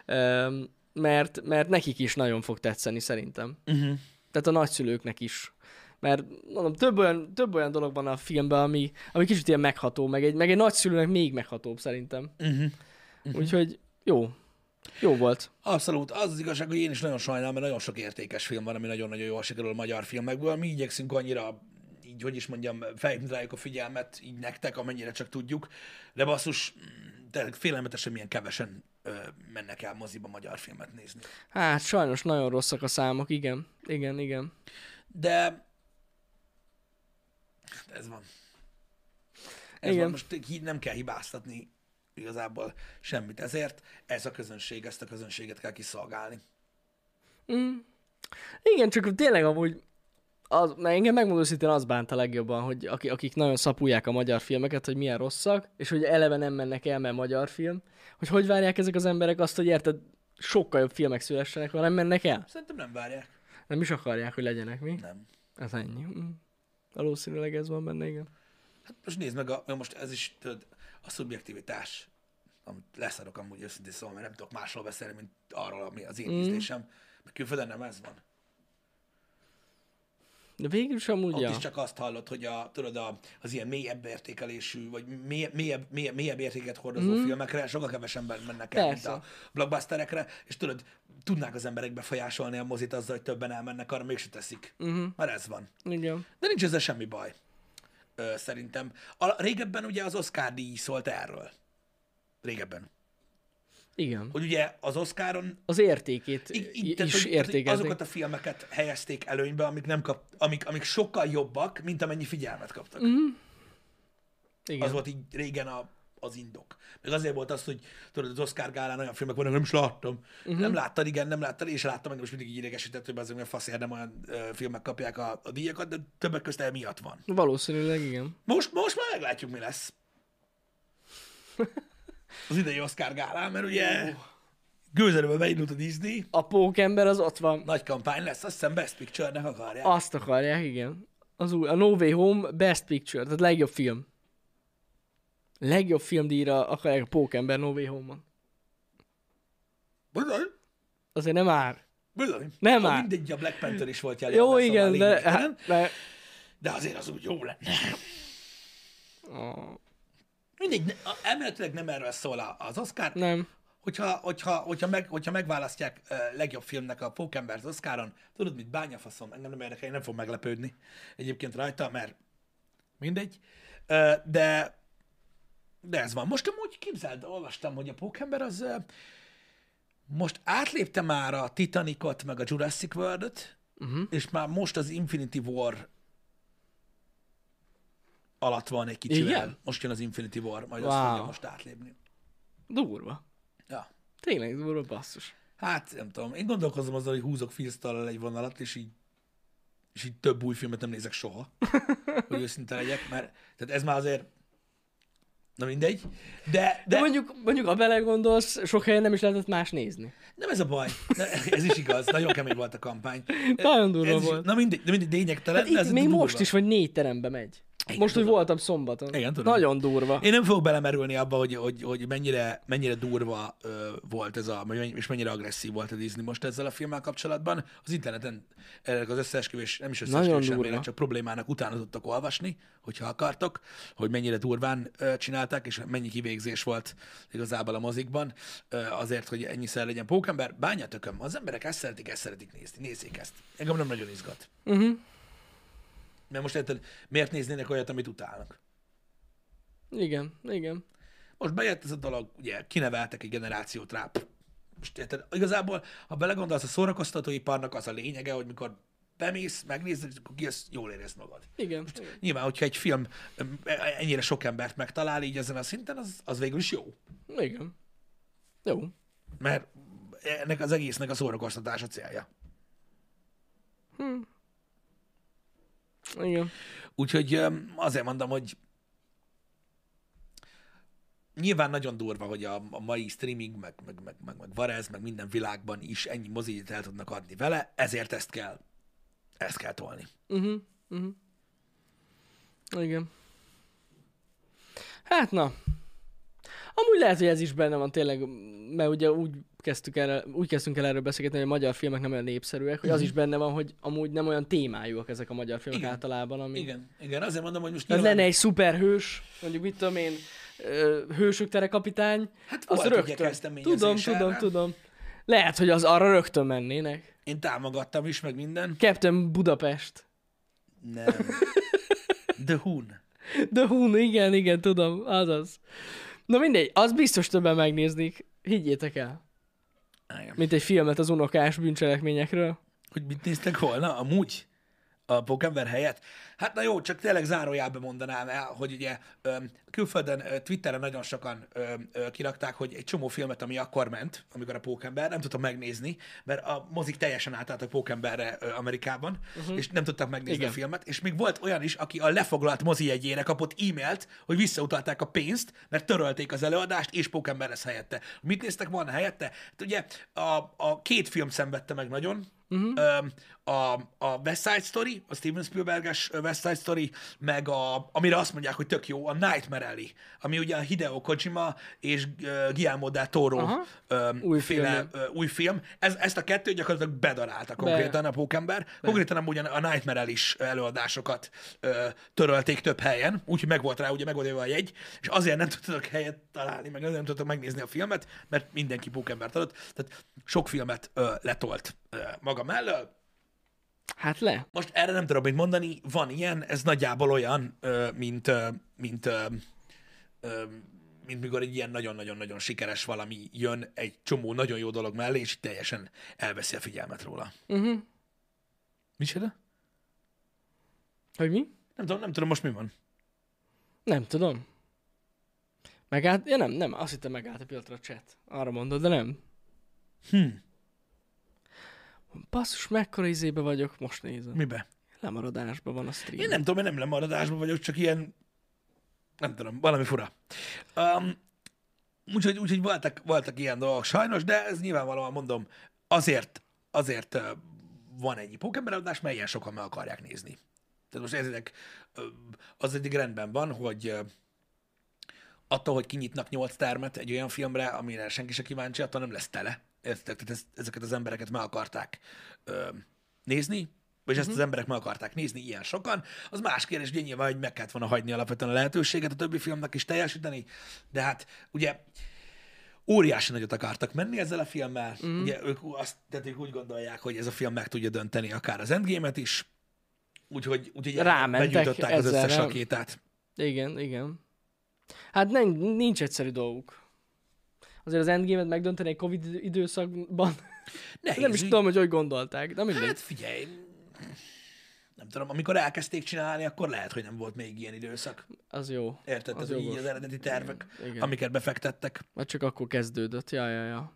mert nekik is nagyon fog tetszeni szerintem. Tehát a nagyszülőknek is. Mert mondom, több olyan dolog van a filmben, ami kicsit ilyen megható, meg egy nagyszülőnek még meghatóbb szerintem. Úgyhogy jó volt. Abszolút. Az igazság, hogy én is nagyon sajnálom, mert nagyon sok értékes film van, ami nagyon-nagyon jól sikerül a magyar filmekből. Mi igyekszünk annyira, így hogy is mondjam, felhívni rájuk a figyelmet, így nektek, amennyire csak tudjuk. De basszus, tényleg félelmetesen milyen kevesen mennek el moziba magyar filmet nézni. Hát sajnos nagyon rosszak a számok, igen. Igen. De ez van. Ez van. Most nem kell hibáztatni igazából semmit. Ezért ezt a közönséget kell kiszolgálni. Igen, csak tényleg amúgy mert engem megmondom őszintén az bánt a legjobban, hogy akik nagyon szapulják a magyar filmeket, hogy milyen rosszak, és hogy eleve nem mennek el, mert magyar film, hogy várják ezek az emberek azt, hogy érted, sokkal jobb filmek szülessenek, ha nem mennek el? Szerintem nem várják. Nem is akarják, hogy legyenek, mi? Nem. Ez ennyi. Valószínűleg ez van benne, igen. Hát most nézd meg, most ez is tudod, a szubjektivitás, amit leszarok amúgy őszintén szóval, mert nem tudok másról beszélni, mint arról, ami az én ízlésem, mert külföldön nem ez van. De végül is amúgy, Ott is csak azt hallod, hogy az ilyen mélyebb értékelésű, vagy mélyebb értéket hordozó filmekre sokkal kevesebben mennek el, mint a blockbusterekre, és tudnák az emberek befolyásolni a mozit azzal, hogy többen elmennek, arra mégse teszik. Mert ez van. Igen. De nincs ezzel semmi baj. Szerintem. Régebben ugye az Oscar díj szólt erről. Régebben. Igen. Hogy ugye az Oscaron az értékét is értékelték. Azokat a filmeket helyezték előnybe, amik sokkal jobbak, mint amennyi figyelmet kaptak. Igen. Az volt így régen az indok. Meg azért volt az, hogy tudod, az Oscar gálán olyan filmek vannak, nem is láttam. Nem láttad, igen, nem láttad, és láttam, meg most mindig így idegesített, hogy azért, hogy a faszért nem olyan filmek kapják a díjakat, de többek közt emiatt van. Valószínűleg igen. Most már meglátjuk, mi lesz. Az idei Oscar gálán, mert ugye gőzerőben beindult a Disney. A Pókember az ott van. Nagy kampány lesz, azt hiszem Best Picture-nek akarják. Azt akarják, igen. A No Way Home Best Picture, tehát legjobb film. Legjobb filmdíjra akarják a Pókember No Way Home-on. Bizony. Azért nem ár. Bizony. Nem ár. Mindegy, a Black Panther is volt jelen. Jó, igen, de azért az úgy jó lenne. Oh. Mindegy, elméletileg nem erről szól az Oscar. Nem. Hogyha megválasztják legjobb filmnek a Pókembert Oscaron, tudod mit, bányafaszom, engem nem érdekel, én nem fog meglepődni egyébként rajta, mert mindegy. De ez van. Most amúgy képzeld, olvastam, hogy a Pókember az most átlépte már a Titanicot, meg a Jurassic World-öt, és már most az Infinity War alatt van egy kicsivel. Igen? Most jön az Infinity War, majd Wow. azt fogja most átlépni. Durva. Ja. Tényleg durva, basszus. Hát, nem tudom. Én gondolkozom azon, hogy húzok Filztallal egy vonalat, és így több új filmet nem nézek soha, hogy őszinte legyek, mert tehát ez már azért, na mindegy, De mondjuk ha belegondolsz, sok helyen nem is lehetett más nézni. nem ez a baj. Ez is igaz, nagyon kemény volt a kampány. Nagyon durva Ez is, volt. na mindegy, lényegtelen. Hát itt ez még durva. most is, vagy 4 terembe megy. Igen, Most, hogy tudom. voltam szombaton. Igen, tudom. Nagyon durva. Én nem fogok belemerülni abba, hogy mennyire durva volt ez és mennyire agresszív volt a Disney most ezzel a filmmel kapcsolatban. Az interneten ennek az összeesküvés, nem is összeesküvés durva. csak problémának utána tudtak olvasni, hogyha akartok, hogy mennyire durván csinálták, és mennyi kivégzés volt igazából a mozikban, azért, hogy ennyiszer legyen Pókember. Bányatököm, az emberek ezt szeretik nézni. Nézzék ezt. Engem nem nagyon izgat. Mert most érted, miért néznének olyat, amit utálnak? Igen. Most bejött ez a dolog, ugye kineveltek egy generációt rá. Most érted, igazából, ha belegondolsz, a szórakoztatóiparnak az a lényege, hogy mikor bemész, megnézed, akkor kijössz, jól érezd magad. Igen. Nyilván, hogyha egy film ennyire sok embert megtalál így ezen a szinten, az végül is jó. Igen. Jó. Mert ennek az egésznek a szórakoztatás a célja. Igen. Úgyhogy azért mondom, hogy nyilván nagyon durva, hogy a mai streaming, meg Varez, meg minden világban is ennyi mozit el tudnak adni vele, ezért ezt kell tolni. Igen. Hát na. Amúgy lehet, hogy ez is benne van tényleg, mert ugye úgy kezdtünk el erről beszélgetni, hogy a magyar filmek nem olyan népszerűek, hogy az is benne van, hogy amúgy nem olyan témájúak ezek a magyar filmek általában. Ami... Igen, azért mondom, hogy most Tehát nyilván... lenne egy szuperhős, mondjuk mit tudom én, hősök terekapitány, Hát az volt ugye rögtön. kezdeményezés erre. Tudom. Lehet, hogy az arra rögtön mennének. Én támogattam is, meg minden. Captain Budapest. Nem. The Hun. The Hun, igen, tudom, azaz. Na mindegy, az biztos többen megnéznék, higgyétek el. Igen. Mint egy filmet az unokás bűncselekményekről. Hogy mit néztek volna? Amúgy? A Pókember helyett? Hát na jó, csak tényleg zárójelben mondanám el, hogy ugye külföldön, Twitteren nagyon sokan kirakták, hogy egy csomó filmet, ami akkor ment, amikor a Pókember, nem tudtam megnézni, mert a mozik teljesen átálltak Pókemberre Amerikában, és nem tudtak megnézni a filmet, és még volt olyan is, aki a lefoglalt mozi jegyére kapott e-mailt, hogy visszautalták a pénzt, mert törölték az előadást, és Pókember lesz helyette. Mit néztek volna helyette? Hát ugye a két film szenvedte meg nagyon, a West Side Story, a Steven Spielberges West Side Story, meg amire azt mondják, hogy tök jó, a Nightmare Alley, ami ugye a Hideo Kojima és Guillermo del Toro új film. Ezt a kettőt gyakorlatilag bedarálta konkrétan a Pókember. Konkrétan amúgy a Nightmare Alley-s előadásokat törölték több helyen, úgyhogy megvolt rá a jegy, és azért nem tudtak helyet találni, meg azért nem tudtak megnézni a filmet, mert mindenki Pókembert adott. Tehát sok filmet letolt maga mellől. Hát le. Most erre nem tudom mit mondani, van ilyen, ez nagyjából olyan, mint mikor egy ilyen nagyon-nagyon-nagyon sikeres valami jön egy csomó nagyon jó dolog mellé, és teljesen elveszi a figyelmet róla. Micsoda? Hogy mi? Nem tudom most mi van. Nem tudom. Megállt? Ja nem, azt hittem megállt a pillanatra a chat. Arra mondod, de nem. Basszus, mekkora izébe vagyok, most nézem. Mibe? Lemaradásban van a stream. Én nem tudom, én nem lemaradásban vagyok, csak ilyen, nem tudom, valami fura. Úgyhogy voltak ilyen dolgok sajnos, de ez nyilvánvalóan mondom, azért van ennyi Pókember adás, mert ilyen sokan meg akarják nézni. Tehát most érzitek, az eddig rendben van, hogy attól, hogy kinyitnak 8 termet egy olyan filmre, amire senki se kíváncsi, attól nem lesz tele. Tehát ezeket az embereket meg akarták nézni, vagy ezt az emberek meg akarták nézni ilyen sokan. Az más kérdés, hogy nyilván, hogy meg kellett volna hagyni alapvetően a lehetőséget a többi filmnek is teljesíteni, de hát ugye óriási nagyot akartak menni ezzel a filmmel. Ugye ők úgy gondolják, hogy ez a film meg tudja dönteni akár az Endgame-et is, úgyhogy Rámentek begyújtották az összes ezzel, rakétát. Igen, igen. Hát nincs egyszerű dolguk. Azért az Endgame-et megdönteni egy Covid időszakban, Nehéz, nem is tudom, hogy gondolták, de mindegy. Hát figyelj, nem tudom, amikor elkezdték csinálni, akkor lehet, hogy nem volt még ilyen időszak. Az jó. Érted? Az Az így jogos. az eredeti tervek, Igen. amiket befektettek. Vagy csak akkor kezdődött. Ja.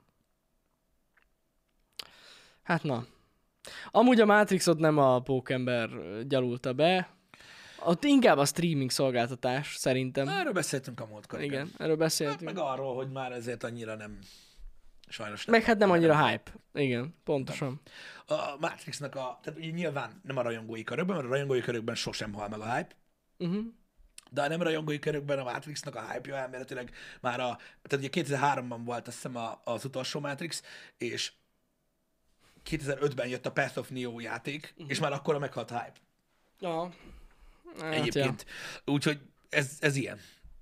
Hát na. Amúgy a Matrixot nem a Pókember gyalulta be. Ott inkább a streaming szolgáltatás, szerintem. Erről beszéltünk a múltkor. Igen, erről beszéltünk. Hát meg arról, hogy már ezért annyira nem... Sajnos nem. Meg hát nem annyira hype. Igen, pontosan. A Matrixnak tehát ugye nyilván nem a rajongói körökben, mert a rajongói körökben sosem hal meg a hype. Uh-huh. De a nem rajongói körökben a Matrixnak a hype-ja elméletileg már tehát ugye 2003-ban volt azt hiszem az utolsó Matrix, és 2005-ben jött a Path of Neo játék, és már akkor meghalt a hype. Ja. Hát, Egyébként. Úgyhogy ez ilyen.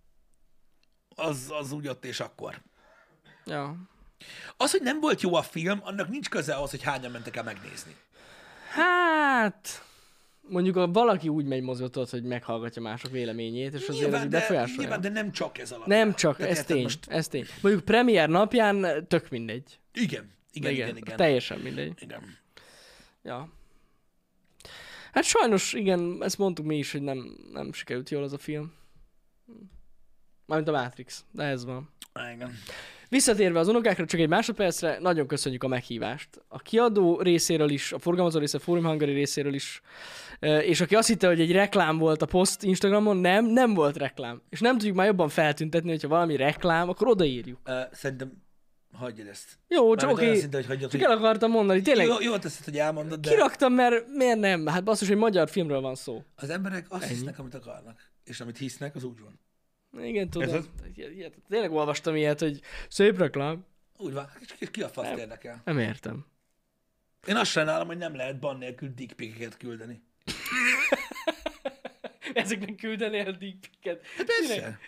Az úgy ott és akkor. Ja. Az, hogy nem volt jó a film, annak nincs köze ahhoz, hogy hányan mentek el megnézni. Hát... Mondjuk valaki úgy megy mozgatott, hogy meghallgatja mások véleményét, és azért ez így befolyásolja. Nyilván, de nem csak ez alapján. Nem csak, Tehát ez érted, tény, most... ez tény. Mondjuk premier napján tök mindegy. Igen. Teljesen mindegy. Igen. Ja. Hát sajnos, igen, ezt mondtuk mi is, hogy nem sikerült jól az a film. Mármint a Matrix, de ez van. Igen. Visszatérve az unokákra, csak egy másodpercre, nagyon köszönjük a meghívást. A kiadó részéről is, a forgalmazó részéről, a Forum Hungary részéről is, és aki azt hitte, hogy egy reklám volt a poszt Instagramon, nem volt reklám. És nem tudjuk már jobban feltüntetni, hogyha valami reklám, akkor odaírjuk. Szerintem hagyjad ezt. Jó, csak oké. Hogy Csak el akartam mondani, tényleg. Jó teszed, hogy elmondod, de Kiraktam, mert miért nem? Hát basszus, hogy magyar filmről van szó. az emberek azt hisznek, amit akarnak. És amit hisznek, az úgy van. Igen, tudom. Ez Tényleg olvastam ilyet, hogy szép reklám. Úgy van. Ki a faszt érdekel? Nem értem. Én azt sajnálom, hogy nem lehet ban nélkül dickpikeket küldeni. Ezeknek küldenél dickpiket. Hát persze.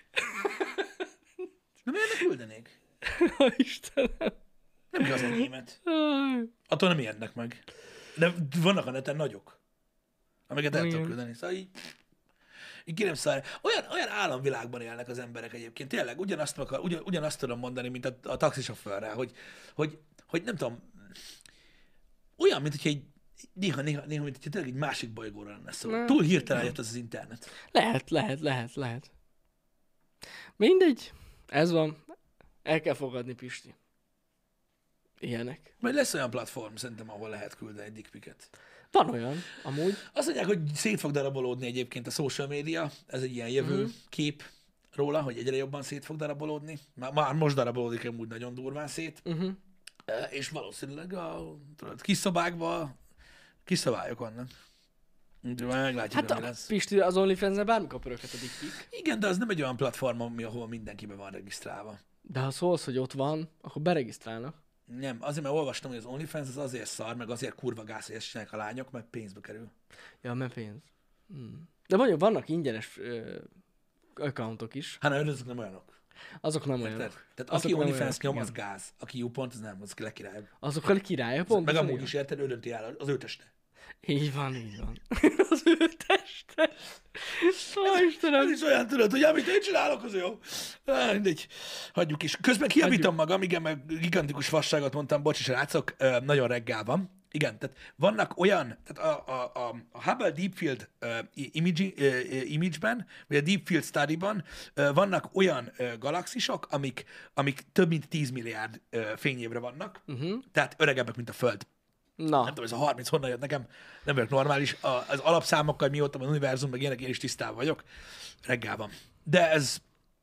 De miért ne küldenék? Istenem. Nem kell az enyémet. Aj. Attól nem ijednek meg. De vannak a neten nagyok, amiket el Igen. tudok küldeni. Szóval így ki nem szar. Olyan államvilágban élnek az emberek egyébként. Tényleg ugyanazt tudom mondani, mint a taxisofőrrel, hogy nem tudom, olyan, mint hogyha néha, mint hogyha tényleg egy másik bolygóra lenne szó. Túl hirtelen jött az internet. Lehet. Mindegy. Ez van. El kell fogadni, Pisti. Ilyenek. Majd lesz olyan platform, szerintem, ahol lehet küldeni egy dickpiket. Van olyan, amúgy. Azt mondják, hogy szét fog darabolódni egyébként a social media, ez egy ilyen jövő kép róla, hogy egyre jobban szét fog darabolódni. Már most darabolódik amúgy nagyon durván szét. És valószínűleg a kis szobákban kis szabályok vannak. Úgyhogy meglátjuk, Hát mi lesz. Pisti, az OnlyFans-en bármikor pöröghet a dickpic. Igen, de az nem egy olyan platform, ahol mindenkiben van regisztrálva. De ha szólsz, hogy ott van, akkor beregisztrálnak. Nem, azért, mert olvastam, hogy az OnlyFans az azért szar, meg azért kurva gáz, hogy ezt csinálják a lányok, mert pénzbe kerül. Ja, mert pénz. De mondjuk vannak ingyenes accountok is. Hát azok nem olyanok. Azok nem Érted? olyanok. Tehát Azok aki nem OnlyFans olyanok, nyom, az igen. gáz. Aki YouPont, az nem, az a legkirályabb. Azokkal a királya, pont. Meg amúgy is érted, ő dönti el az ő teste. Így van. Az ő teste. Ó, Istenem. Ez is olyan, tudod, hogy amit én csinálok, az jó. Mindegy. Hagyjuk is. Közben kijavítom magam, igen, meg gigantikus fasságot mondtam, bocsi, srácok, nagyon reggel van. Igen, tehát vannak olyan, tehát a Hubble Deep Field image-ben, vagy a Deep Field Study-ban vannak olyan galaxisok, amik több mint 10 milliárd fényévre vannak, tehát öregebbek, mint a Föld. Na, Nem tudom, ez a 30 honnan jött nekem, nem vagyok normális. Az alapszámokkal mióta van univerzum, meg ilyenek, én is tisztában vagyok. Reggel van. De ez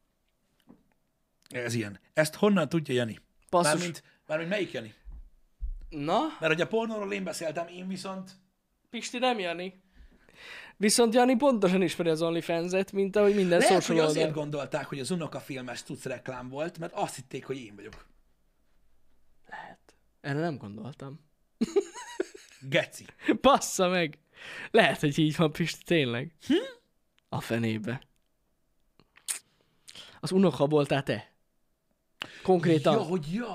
ilyen. Ezt honnan tudja Jani? basszus. Mármint melyik Jani? Na, Mert hogy a pornóról én beszéltem, én viszont... Pisti nem Jani. Viszont Jani pontosan ismeri az OnlyFans-et, mint ahogy minden Lehet, hogy social azért oldal. gondolták, hogy az unokafilmes cucc reklám volt, mert azt hitték, hogy én vagyok. Lehet. Erre nem gondoltam. Geci. Bassza meg! Lehet, hogy így van, Pisti, tényleg. A fenébe. Az unoka voltál te? Konkrétan? Ja, hogy ja.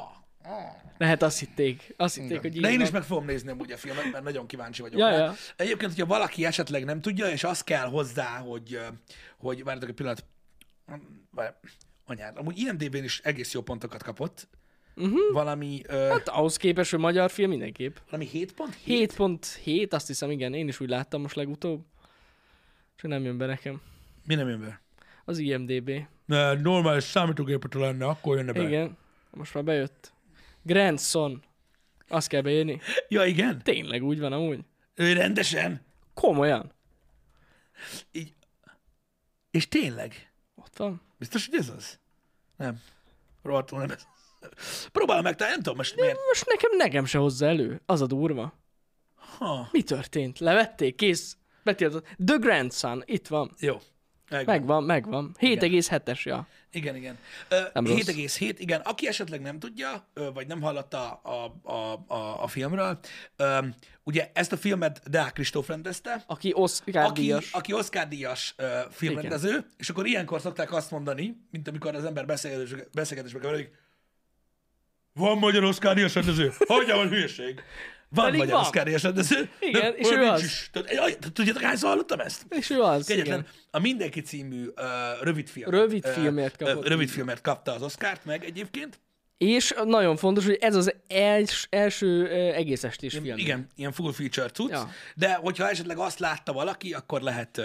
Lehet azt hitték, hogy így De én van. is meg fogom nézni amúgy a filmet, mert nagyon kíváncsi vagyok Ja, rá. ja. Egyébként, hogyha valaki esetleg nem tudja, és az kell hozzá, hogy várjatok egy pillanat, anyád, amúgy IMDb-n is egész jó pontokat kapott. Valami, Hát ahhoz képest, hogy magyar film mindenképp. valami 7.7? 7.7, azt hiszem, igen, én is úgy láttam most legutóbb. Csak nem jön be nekem. Mi nem jön be? Az IMDB. Normális számítógépet lenne, akkor jönne be. Igen, most már bejött. Grandson. Azt kell beírni. Ja, igen? Tényleg úgy van amúgy. Rendesen? Komolyan. Így. És tényleg? Ott van. Biztos, hogy ez az? Nem. Rohadtul nem ez. Próbálom meg, nem tudom most miért. Most nekem se hozza elő. Az a durva. Ha. Mi történt? Levették? Kész. Betiltott. The Grandson. Itt van. Jó. Megvan. 7,7-es, ja. Igen. Nem rossz. 7,7, igen. Aki esetleg nem tudja, vagy nem hallotta a filmről, ugye ezt a filmet Deák Kristóf rendezte, Aki Oscar-díjas. aki Oscar-díjas filmrendező, és akkor ilyenkor szokták azt mondani, mint amikor az ember beszélgetésbe keveredik, van magyar Oscar-díjas rendező? Hagyjál, van hülyeség. Van Pedig magyar van. Oscar-díjas rendező. Igen, és olyan ő nincs az. is. Tudjátok, hányszor hallottam ezt? És ő az. Kegyetlen. Igen. A Mindenki című rövidfilm. Rövidfilmért kapott. Rövidfilmért kapta az Oscárt meg egyébként. És nagyon fontos, hogy ez az első egész estés film. Igen, ilyen full feature cucc. Ja. De hogyha esetleg azt látta valaki, akkor lehet...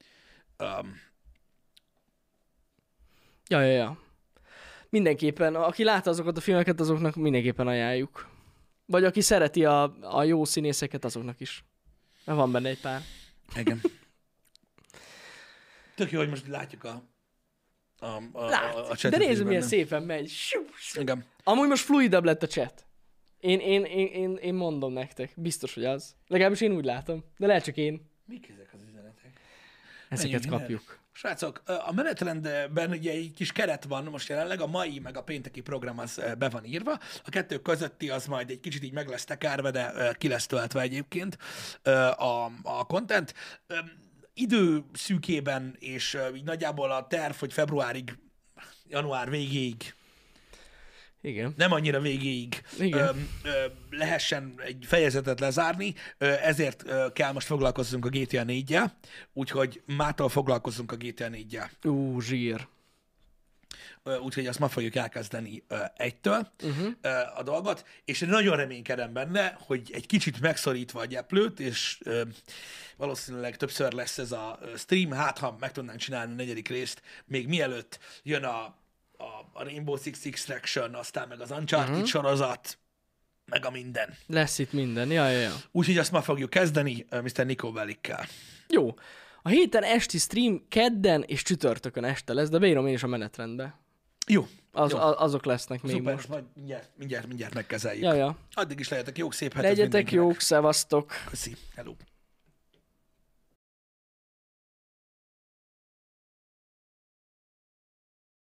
Ja. Mindenképpen, aki látta azokat a filmeket, azoknak mindenképpen ajánljuk. Vagy aki szereti a jó színészeket, azoknak is. Mert van benne egy pár. Igen. Tök jó, hogy most látjuk a De nézd, milyen szépen megy. Igen. Amúgy most fluidabb lett a chat. Én mondom nektek. Biztos, hogy az. Legalábbis én úgy látom. De lehet csak én. Mik ezek az üzenetek? Ezeket Menjünk kapjuk. innen. Srácok, a menetrendben ugye egy kis keret van most jelenleg, a mai meg a pénteki program az be van írva, a kettő közötti az majd egy kicsit így meg lesz tekárva, de ki lesz töltve egyébként a content. Idő szűkében és így nagyjából a terv, hogy februárig, január végéig, Igen. nem annyira végéig Igen. lehessen egy fejezetet lezárni, ezért kell most foglalkozzunk a GTA 4-jel, úgyhogy mától foglalkozzunk a GTA 4-jel. Zsír. Úgyhogy azt ma fogjuk elkezdeni egytől a dolgot, és én nagyon reménykedem benne, hogy egy kicsit megszorítva a gyeplőt, és valószínűleg többször lesz ez a stream, hát ha meg tudnánk csinálni a 4. részt, még mielőtt jön a Rainbow Six Extraction, aztán meg az Uncharted sorozat, meg a minden. Lesz itt minden. Ja. Úgyhogy azt ma fogjuk kezdeni Mr. Nico Bellickel. Jó. A héten esti stream kedden és csütörtökön este lesz, de beírom én is a menetrendbe. Jó. Azok lesznek még Szuper, most. majd mindjárt megkezeljük. Ja. Addig is legyetek jók, szép hetet Legyetek mindenkinek. jók, szevasztok! Köszi, hello.